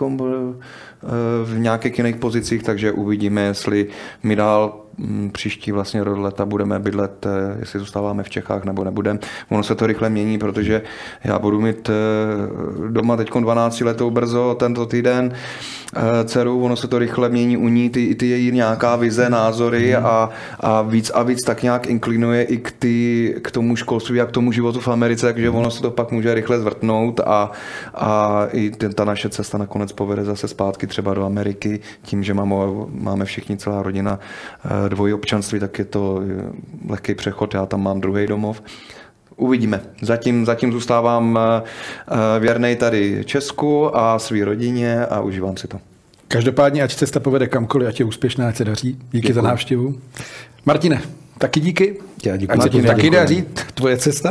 v nějakých jiných pozicích, takže uvidíme, jestli mi dál příští vlastně leta budeme bydlet, jestli zůstáváme v Čechách nebo nebudeme. Ono se to rychle mění, protože já budu mít doma teď dvanáctiletou brzo tento týden dceru, ono se to rychle mění u ní, ty, ty její nějaká vize, názory a, a víc a víc tak nějak inklinuje i k, ty, k tomu školství a k tomu životu v Americe, takže ono se to pak může rychle zvrtnout a, a i ta naše cesta nakonec povede zase zpátky třeba do Ameriky, tím, že máme, máme všichni, celá rodina dvojí občanství, tak je to lehký přechod, já tam mám druhý domov. Uvidíme. Zatím, zatím zůstávám věrnej tady Česku a svý rodině a užívám si to. Každopádně, ať cesta povede kamkoliv, ať je úspěšná, ať se daří. Díky Děkuji. za návštěvu. Martine, taky díky. Já děkuji. Martine, taky daří tvoje cesta.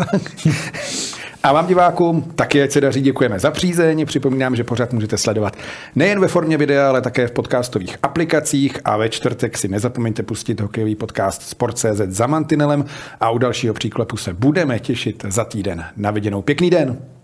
A vám divákům taky ať se daří, děkujeme za přízeň. Připomínám, že pořád můžete sledovat nejen ve formě videa, ale také v podcastových aplikacích a ve čtvrtek si nezapomeňte pustit hokejový podcast Sport tečka cé zet za mantinelem a u dalšího příklepu se budeme těšit za týden. Na viděnou. Pěkný den.